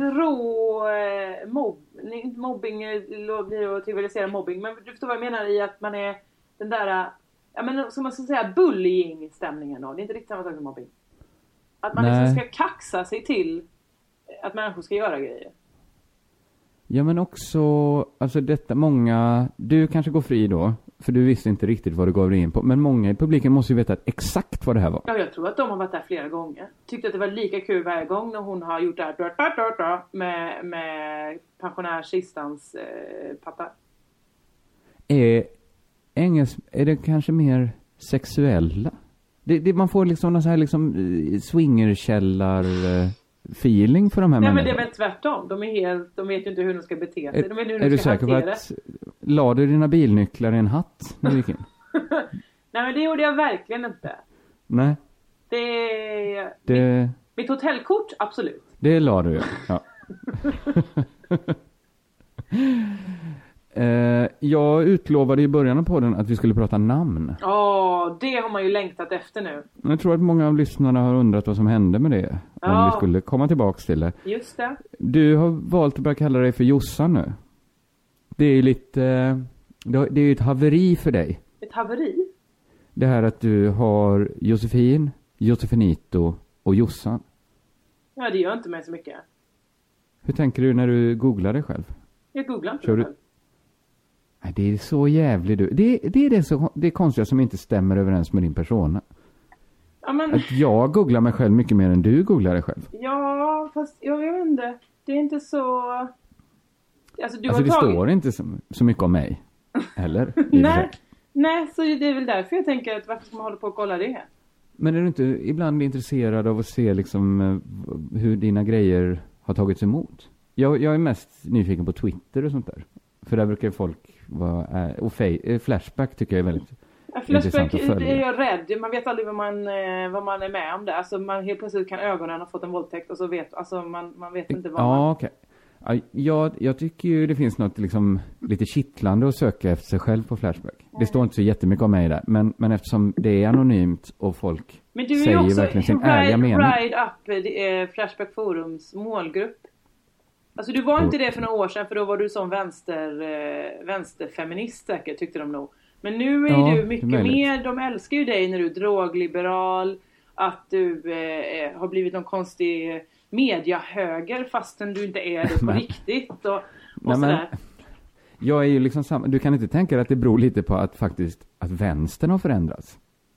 mobbing blir att trivialisera mobbing. Men du förstår vad jag menar i att man är den där, ja men som man ska säga, bullying-stämningen då. Det är inte riktigt samma sak som mobbing. Att man liksom ska kaxa sig till att människor ska göra grejer. Ja, men också, alltså detta många, du kanske går fri då, för du visste inte riktigt vad du gav dig in på, men många i publiken måste ju veta exakt vad det här var. Ja, jag tror att de har varit där flera gånger. Tyckte att det var lika kul varje gång när hon har gjort det här med pensionärssistans pappa. Är det kanske mer sexuella? Man får liksom någon så här liksom swingerkällar feeling för de här människorna. Nej, men det är väl tvärtom. De vet ju inte hur de ska bete sig. De vet hur är du säker på att la du dina bilnycklar i en hatt när du gick in? Nej, men det gjorde jag verkligen inte. Nej. Mitt hotellkort, absolut. Det la du, ja. Jag utlovade i början av podden att vi skulle prata namn. Det har man ju längtat efter nu. Jag tror att många av lyssnarna har undrat vad som hände med det. Om vi skulle komma tillbaka till det. Just det. Du har valt att börja kalla dig för Jossan nu. Det är ju lite... Det är ju ett haveri för dig. Ett haveri? Det här att du har Josefin, Josefinito och Jossan. Ja, det gör inte mig så mycket. Hur tänker du när du googlar dig själv? Jag googlar inte mig själv. Nej, det är så jävligt du. Det är konstiga som inte stämmer överens med din persona. Ja, men... Att jag googlar mig själv mycket mer än du googlar dig själv. Ja, fast jag vet inte. Det är inte så... Alltså det står inte så mycket om mig. Eller? Nej, så det är väl därför jag tänker att varför ska man hålla på och kolla det? Men är du inte ibland intresserad av att se liksom hur dina grejer har tagits emot? Jag är mest nyfiken på Twitter och sånt där. För där brukar folk vara... Och Flashback tycker jag är väldigt intressant att följa. Flashback är jag rädd. Man vet aldrig vad man är med om det. Alltså man helt plötsligt kan ögonen ha fått en våldtäkt och så vet... Alltså man vet inte vad man... Ja, okej. Jag tycker ju det finns något liksom lite kittlande att söka efter sig själv på Flashback. Det står inte så jättemycket om mig där. Men eftersom det är anonymt och folk säger verkligen sin ärliga mening. Men du är också Ride Up Flashback Forums målgrupp. Alltså du var inte det för några år sedan, för då var du som vänsterfeminist säkert, tyckte de nog. Men nu är du mycket mer, de älskar ju dig när du är drogliberal, att du har blivit någon konstig mediahöger fastän du inte är det på riktigt och sådär. Jag är ju liksom samma, du kan inte tänka dig att det beror lite på att faktiskt att vänstern har förändrats.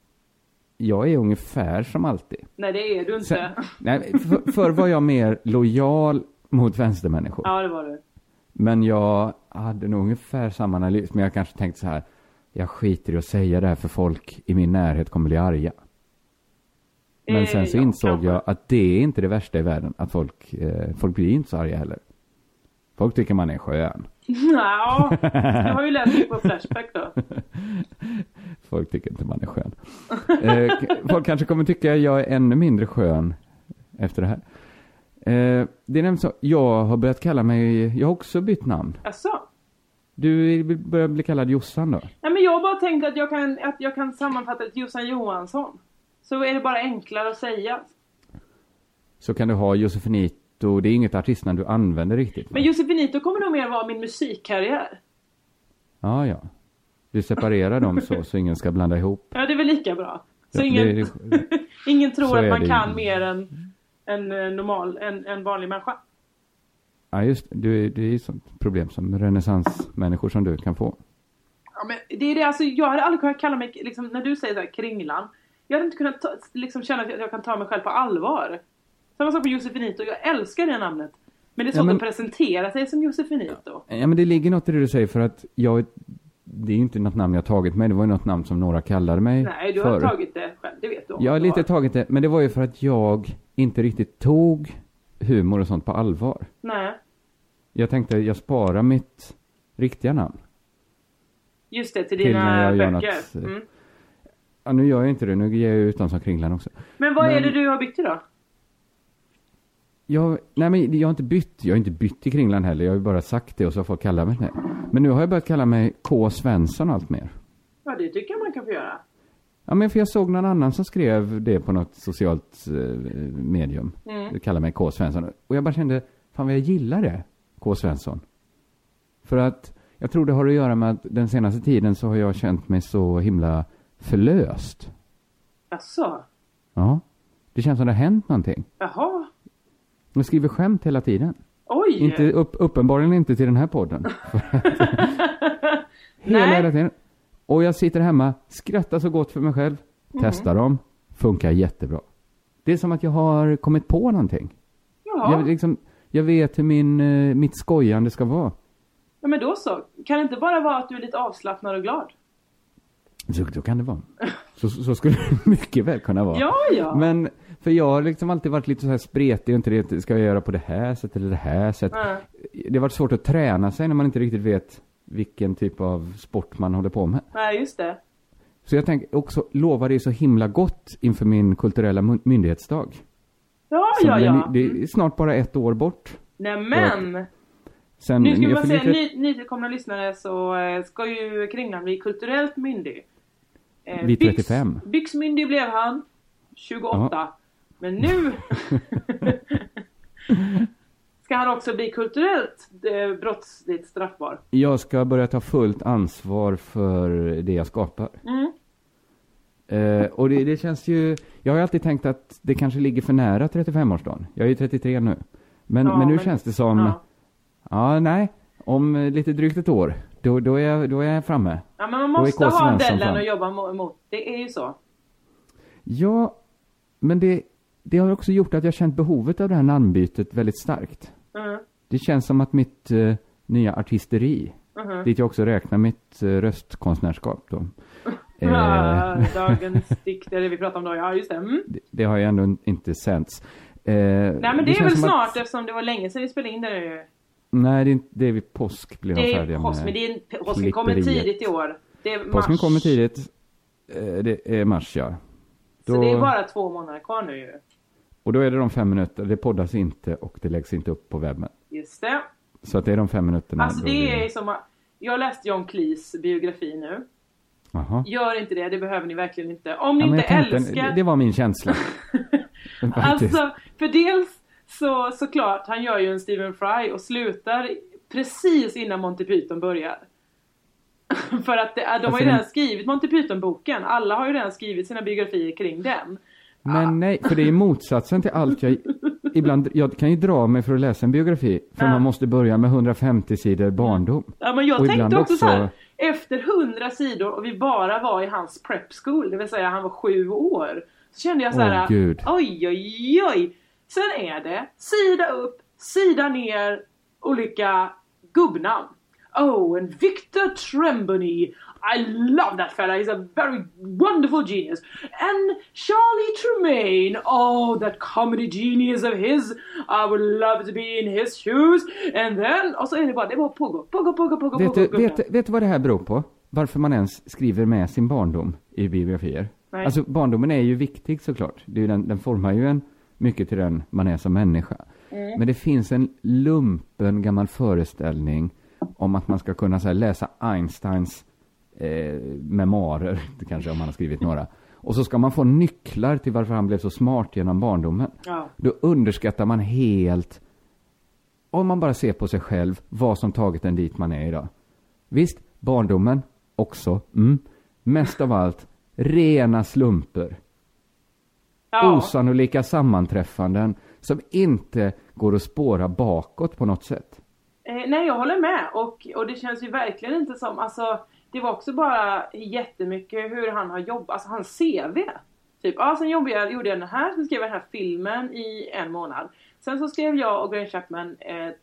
Jag är ungefär som alltid. Nej, det är du inte. För var jag mer lojal mot vänstermänniskor. Ja, det var du. Men jag hade nog ungefär samma analys. Men jag kanske tänkte så här. Jag skiter i att säga det här för folk i min närhet kommer bli arga. Men sen så insåg jag att det är inte det värsta i världen. Att folk blir inte så arga heller. Folk tycker man är skön. Ja, jag har ju läst det på Flashback då. Folk tycker inte man är skön. Folk kanske kommer tycka att jag är ännu mindre skön efter det här. Det är nämligen så, jag har börjat kalla mig, jag har också bytt namn. Asså? Du börjar bli kallad Jossan då? Ja, men jag bara tänkte att jag kan sammanfatta det till Jossan Johansson. Så är det bara enklare att säga. Så kan du ha Josefinito, det är inget artistnamn du använder riktigt. Va? Men Josefinito kommer nog mer vara min musikkarriär. Ja. Du separerar dem så ingen ska blanda ihop. Ja, det är väl lika bra. Så ingen tror att man kan mer än en vanlig människa. Ja, just det. Det är ett sånt problem som renässansmänniskor som du kan få. Ja, men det är det, alltså, jag hade aldrig kunnat kalla mig, liksom, när du säger så här, Kringlan. Jag hade inte kunnat känna att jag kan ta mig själv på allvar. Samma sak på Josefinito, jag älskar det namnet. Men det är svårt att presentera sig som Josefinito. Ja, men det ligger något i det du säger, för att det är ju inte något namn jag har tagit mig. Det var ju något namn som några kallade mig. Nej, du har tagit det själv, det vet du. Jag har lite tagit det, men det var ju för att jag inte riktigt tog humor och sånt på allvar. Nej. Jag tänkte jag sparar mitt riktiga namn. Just det, till dina böcker. Ja, nu gör jag inte det. Nu ger jag ut dem som Kringlan också. Men vad är det du har bytt till då? Jag har inte bytt. Jag har inte bytt till Kringlan heller. Jag har ju bara sagt det och så får folk kalla mig det. Men nu har jag börjat kalla mig K. Svensson allt mer. Ja, det tycker jag man kan få göra. Ja, men för jag såg någon annan som skrev det på något socialt medium. Det kallar mig K. Svensson. Och jag bara kände, fan vad jag gillar det. K. Svensson. För att jag tror det har att göra med att den senaste tiden så har jag känt mig så himla förlöst. Asså? Ja. Det känns som det har hänt någonting. Jaha. Jag skriver skämt hela tiden. Oj! Inte, uppenbarligen inte till den här podden. hela tiden. Och jag sitter hemma, skrattar så gott för mig själv. Testar dem. Funkar jättebra. Det är som att jag har kommit på någonting. Ja. Jag vet hur mitt skojande ska vara. Ja, men då så. Kan det inte bara vara att du är lite avslappnad och glad? Så kan det vara. Så skulle det mycket väl kunna vara. Ja. Men för jag har liksom alltid varit lite så här spretig och inte det, ska jag göra på det här sättet eller det här sättet. Det har varit svårt att träna sig när man inte riktigt vet vilken typ av sport man håller på med. Nej, just det. Så jag tänker också lova det så himla gott inför min kulturella myndighetsdag. Ja. Det är snart bara 1 år bort. Nämen! Sen, nu ska man säga, nytillkomna lyssnare, så ska ju Kringlan bli kulturellt myndig. Vid 35. Byxmyndig blev han 28. Ja. Men nu ska han också bli kulturellt brottsligt straffbar. Jag ska börja ta fullt ansvar för det jag skapar. Och det känns ju... Jag har alltid tänkt att det kanske ligger för nära 35-årsdagen. Jag är ju 33 nu. Men nu känns det som... Ja, nej. Om lite drygt ett år, då är jag framme. Ja, men man måste ha delen att jobba mot. Det är ju så. Ja, men det har också gjort att jag känt behovet av det här namnbytet väldigt starkt. Det känns som att mitt nya artisteri, dit jag också räknar mitt röstkonstnärskap då. Dagens dikt, det vi pratar om då, ja just det. Det har ju ändå inte sänts. Nej, men det är väl snart, eftersom det var länge sedan vi spelade in det. Nej, det är vid påsk blir de färdiga med. Men påsken kommer tidigt i år. Det är mars. Påsken kommer tidigt. Det är mars, ja. Så det är bara 2 månader kvar nu ju. Och då är det de 5 minuter. Det poddas inte och det läggs inte upp på webben. Just det. Så att det är de 5 minuterna. Alltså det är som att... Jag läste John Cleese biografi nu. Aha. Gör inte det behöver ni verkligen inte. Om ni inte älskar... Det var min känsla. Alltså, för dels... Såklart, han gör ju en Stephen Fry och slutar precis innan Monty Python börjar. För att de har ju redan skrivit Monty Python-boken. Alla har ju redan skrivit sina biografier kring den. Men nej, för det är motsatsen till allt jag kan ju dra mig för att läsa en biografi. För man måste börja med 150 sidor barndom. Ja, men jag tänkte också så här, efter 100 sidor och vi bara var i hans prep school, det vill säga han var 7 år. Så kände jag så här, oj. Sen är det sida upp, sida ner, olika gubbnamn. Oh, and Victor Trembony. I love that fella. He's a very wonderful genius. And Charlie Maine. Oh, that comedy genius of his. I would love to be in his shoes. And then, och så är det bara pågå. Vet du vad det här beror på? Varför man ens skriver med sin barndom i biografier? Nej. Alltså barndomen är ju viktig såklart. Det är ju den formar ju en mycket till den man är som människa. Men det finns en lumpen gammal föreställning om att man ska kunna så här, läsa Einsteins memoarer, kanske om han har skrivit några. Och så ska man få nycklar till varför han blev så smart genom barndomen. Ja. Då underskattar man helt, om man bara ser på sig själv, vad som tagit en dit man är idag. Visst, barndomen också. Mest av allt, rena slumper. Ja. Osannolika sammanträffanden som inte går att spåra bakåt på något sätt. Nej, jag håller med. Och det känns ju verkligen inte som, alltså, det var också bara jättemycket hur han har jobbat, alltså hans CV. Typ, sen gjorde jag den här, så skrev jag den här filmen i 1 månad. Sen så skrev jag och Graham Chapman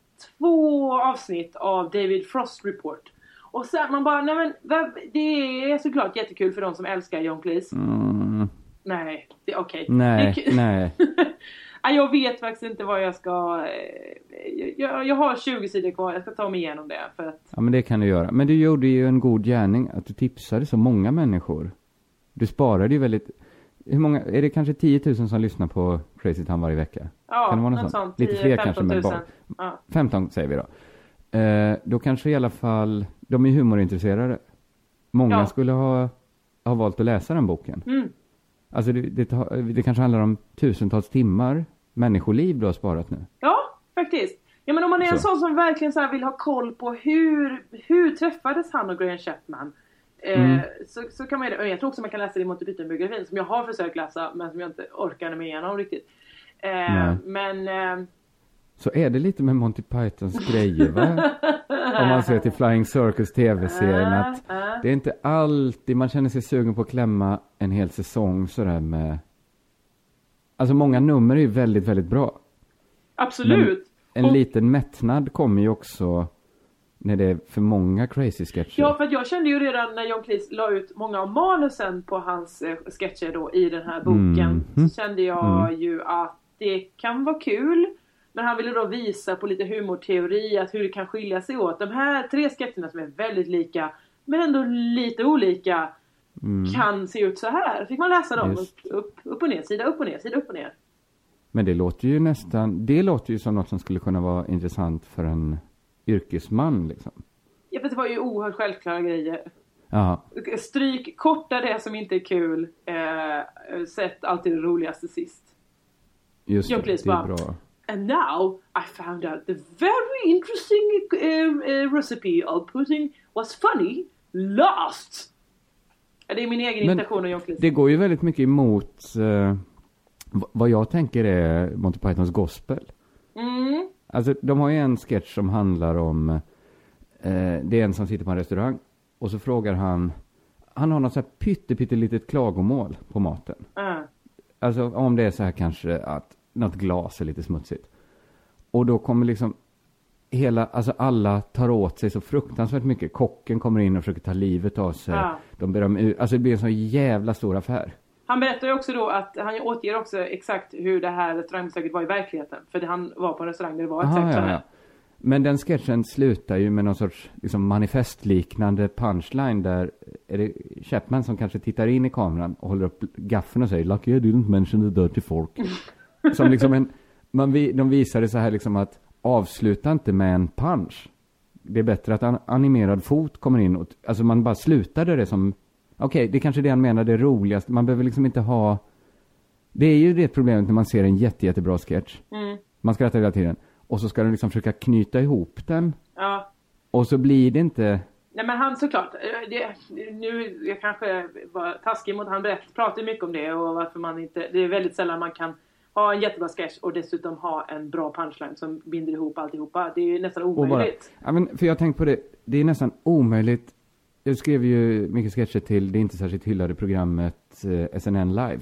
2 avsnitt av David Frost Report. Och sen man bara, nej men, det är såklart jättekul för de som älskar John Cleese. Nej, det är okej. Nej. Jag vet faktiskt inte vad jag ska... Jag har 20 sidor kvar. Jag ska ta mig igenom det. För att... Ja, men det kan du göra. Men du gjorde ju en god gärning att du tipsade så många människor. Du sparade ju väldigt... Hur många... Är det kanske 10 000 som lyssnar på Crazy Town varje vecka? Ja, kan det vara något sånt? Lite fler kanske med barn. Ja. 15 säger vi då. Då kanske i alla fall... De är humorintresserade. Många skulle ha valt att läsa den boken. Alltså det kanske handlar om tusentals timmar människoliv du har sparat nu. Ja, faktiskt. Ja, men om man är en sån som verkligen så här vill ha koll på hur träffades han och Graham Chapman, så kan man, jag tror också man kan läsa det i Monty Python-biografin som jag har försökt läsa men som jag inte orkade med igenom riktigt. Så är det lite med Monty Pythons grejer, va? Om man ser till Flying Circus tv-serien att det är inte alltid man känner sig sugen på att klämma en hel säsong sådär med... Alltså många nummer är ju väldigt, väldigt bra. Absolut. Men en liten mättnad kommer ju också när det är för många crazy sketcher. Ja, för att jag kände ju redan när John Cleese la ut många av manusen på hans sketcher då i den här boken, så kände jag ju att det kan vara kul. Men han ville då visa på lite humorteori att hur det kan skilja sig åt. De här 3 sketcherna som är väldigt lika men ändå lite olika kan se ut så här. Fick man läsa dem upp och ner, sida upp och ner, sida upp och ner. Men det låter ju som något som skulle kunna vara intressant för en yrkesman liksom. Ja, för det var ju oerhört självklara grejer. Aha. Stryk, korta det som inte är kul. Sätt alltid det roligaste sist. Just det, det är bra. And now I found out the very interesting recipe of pudding was funny last. Det är min egen imitation av John Cleese. Det går ju väldigt mycket emot vad jag tänker är Monty Pythons gospel. Alltså de har ju en sketch som handlar om det är en som sitter på en restaurang och så frågar han har något så här pyttelitet klagomål på maten. Alltså om det är så här kanske att något glas är lite smutsigt. Och då kommer liksom alla tar åt sig så fruktansvärt mycket. Kocken kommer in och försöker ta livet av sig. De ber dem ut. Alltså det blir en så jävla stor affär. Han berättar ju också då att han återger också exakt hur det här restaurangbesöket var i verkligheten. För han var på en restaurang där det var exakt så här. Men den sketchen slutar ju med någon sorts liksom manifestliknande punchline där är det Chapman som kanske tittar in i kameran och håller upp gaffeln och säger Lucky I didn't mention the dirty fork. Som liksom de visar det så här liksom att avsluta inte med en punch. Det är bättre att en animerad fot kommer in och alltså man bara slutade det som okej, det är kanske det han menar det roligaste. Man behöver liksom inte ha det är ju det problemet när man ser en jättebra sketch. Man skrattar hela tiden och så ska den liksom försöka knyta ihop den. Ja. Och så blir det inte... Nej, men han såklart. Nu jag kanske var taskig mot han pratar mycket om det och varför man inte... Det är väldigt sällan man kan ha en jättebra sketch och dessutom ha en bra punchline som binder ihop alltihopa. Det är ju nästan omöjligt. Ja, men för jag tänkte på det. Det är nästan omöjligt. Jag skrev ju mycket sketcher till det inte särskilt hyllade programmet SNN Live.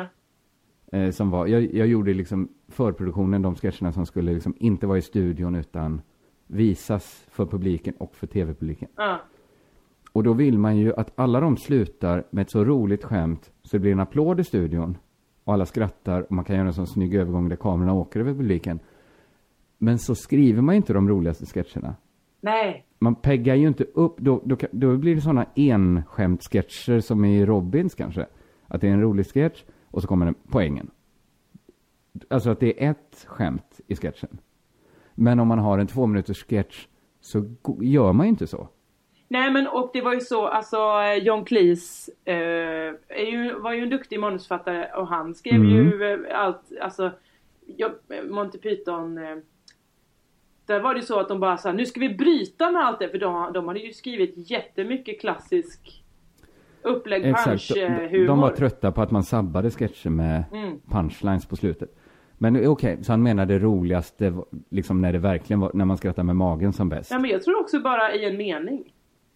Som var, jag gjorde liksom förproduktionen, de sketcherna som skulle liksom inte vara i studion utan visas för publiken och för tv-publiken. Och då vill man ju att alla de slutar med ett så roligt skämt så det blir en applåd i studion. och alla skrattar och man kan göra en sån snygg övergång där kamerorna åker över publiken. Men så skriver man inte de roligaste sketcherna. Nej. Man peggar ju inte upp, då blir det såna enskämtsketcher som i Robins kanske. Att det är en rolig sketch och så kommer den poängen. Alltså att det är ett skämt i sketchen. Men om man har en 2 minuters sketch så gör man ju inte så. Nej, men och det var ju så, alltså John Cleese var ju en duktig manusförfattare och han skrev ju allt, alltså Monty Python, där var det så att de bara sa, nu ska vi bryta med allt det, för de hade ju skrivit jättemycket klassisk upplägg, punch-humor. De var trötta på att man sabbade sketcher med punchlines på slutet. Men okej, så han menar det roligaste liksom när det verkligen var, när man skrattar med magen som bäst. Ja, men jag tror också bara i en mening.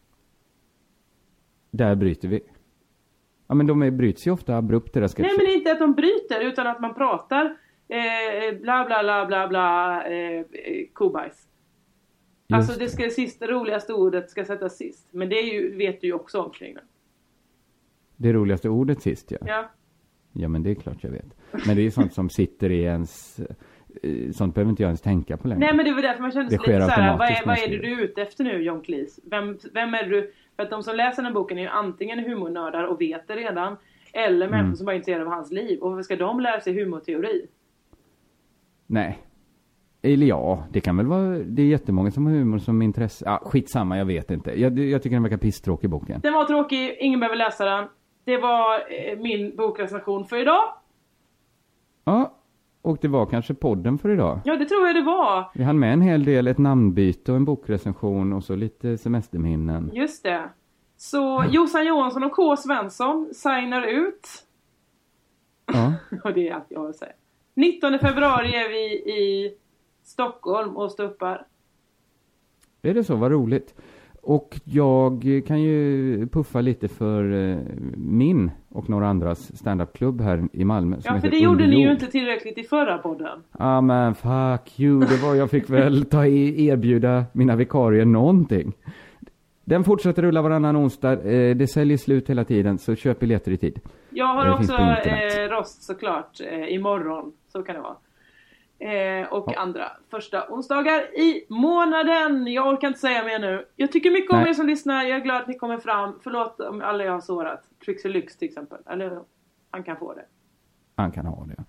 Där bryter vi. Ja, men de bryts ju ofta abrupt, deras sketcher. Nej, men inte att de bryter, utan att man pratar bla bla bla bla bla kobajs. Alltså det ska sista roligaste ordet ska sättas sist. Men det är ju, vet du ju också omkring det. Det roligaste ordet sist, ja. Ja. Ja, men det är klart jag vet. Men det är ju sånt som sitter i ens... Sånt behöver inte jag ens tänka på längre. Nej, men det var därför man kände lite såhär, vad är du ute efter nu, John Cleese? Vem är du? För att de som läser den här boken är ju antingen humornördar och vet det redan, eller människor som bara är intresserade av hans liv. Och varför ska de lära sig humorteori? Nej. Eller ja, det kan väl vara... Det är jättemånga som har humor som intresse... Ja, skitsamma, jag vet inte. Jag tycker den verkar pisstråkig, boken. Den var tråkig, ingen behöver läsa den. Det var min bokrecension för idag. Ja, och det var kanske podden för idag. Ja, det tror jag det var. Vi hann med en hel del, ett namnbyte och en bokrecension och så lite semesterminnen. Just det. Så Jossan Johansson och K. Svensson signar ut. Ja. Och det är allt jag har att säga. 19 februari är vi i Stockholm och stoppar. Är det så? Vad roligt. Och jag kan ju puffa lite för min och några andras stand-up-klubb här i Malmö. Ja, för det gjorde ni ju inte tillräckligt i förra podden. Ja, men fuck you. Jag fick väl erbjuda mina vikarier någonting. Den fortsätter rulla varannan onsdag. Det säljer slut hela tiden, så köp biljetter i tid. Jag har också rost såklart imorgon. Så kan det vara. Och andra första onsdagar i månaden. Jag orkar inte säga mer nu. Jag tycker mycket om er som lyssnar. Jag är glad att ni kommer fram. Förlåt om alla jag har sårat. Trixie Lyx till exempel. Eller han kan få det. Han kan ha det.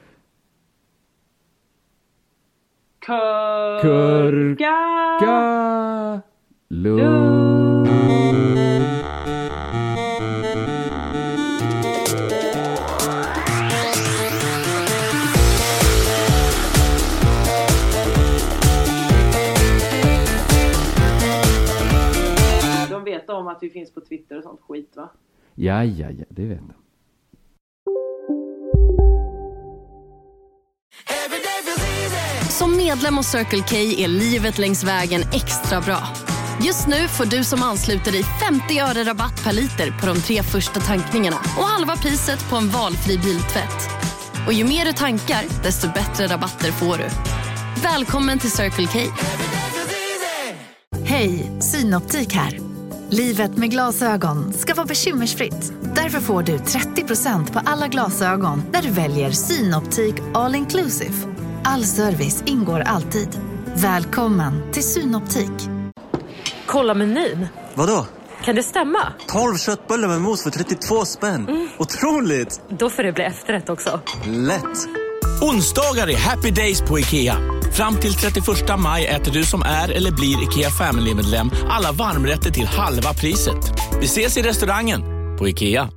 Körka De vet om att vi finns på Twitter och sånt skit, va? Ja, det vet jag. Som medlem hos Circle K är livet längs vägen extra bra. Just nu får du som ansluter dig 50 öre rabatt per liter på de 3 första tankningarna och halva priset på en valfri biltvätt. Och ju mer du tankar, desto bättre rabatter får du. Välkommen till Circle K. Hej, Synoptik här. Livet med glasögon ska vara bekymmersfritt. Därför får du 30% på alla glasögon när du väljer Synoptik All Inclusive. All service ingår alltid. Välkommen till Synoptik. Kolla menyn. Vadå? Kan det stämma? 12 köttbullar med mos för 32 spänn. Otroligt! Då får det bli efterrätt också. Lätt! Onsdagar är happy days på IKEA. Fram till 31 maj äter du som är eller blir IKEA Family-medlem alla varmrätter till halva priset. Vi ses i restaurangen på IKEA.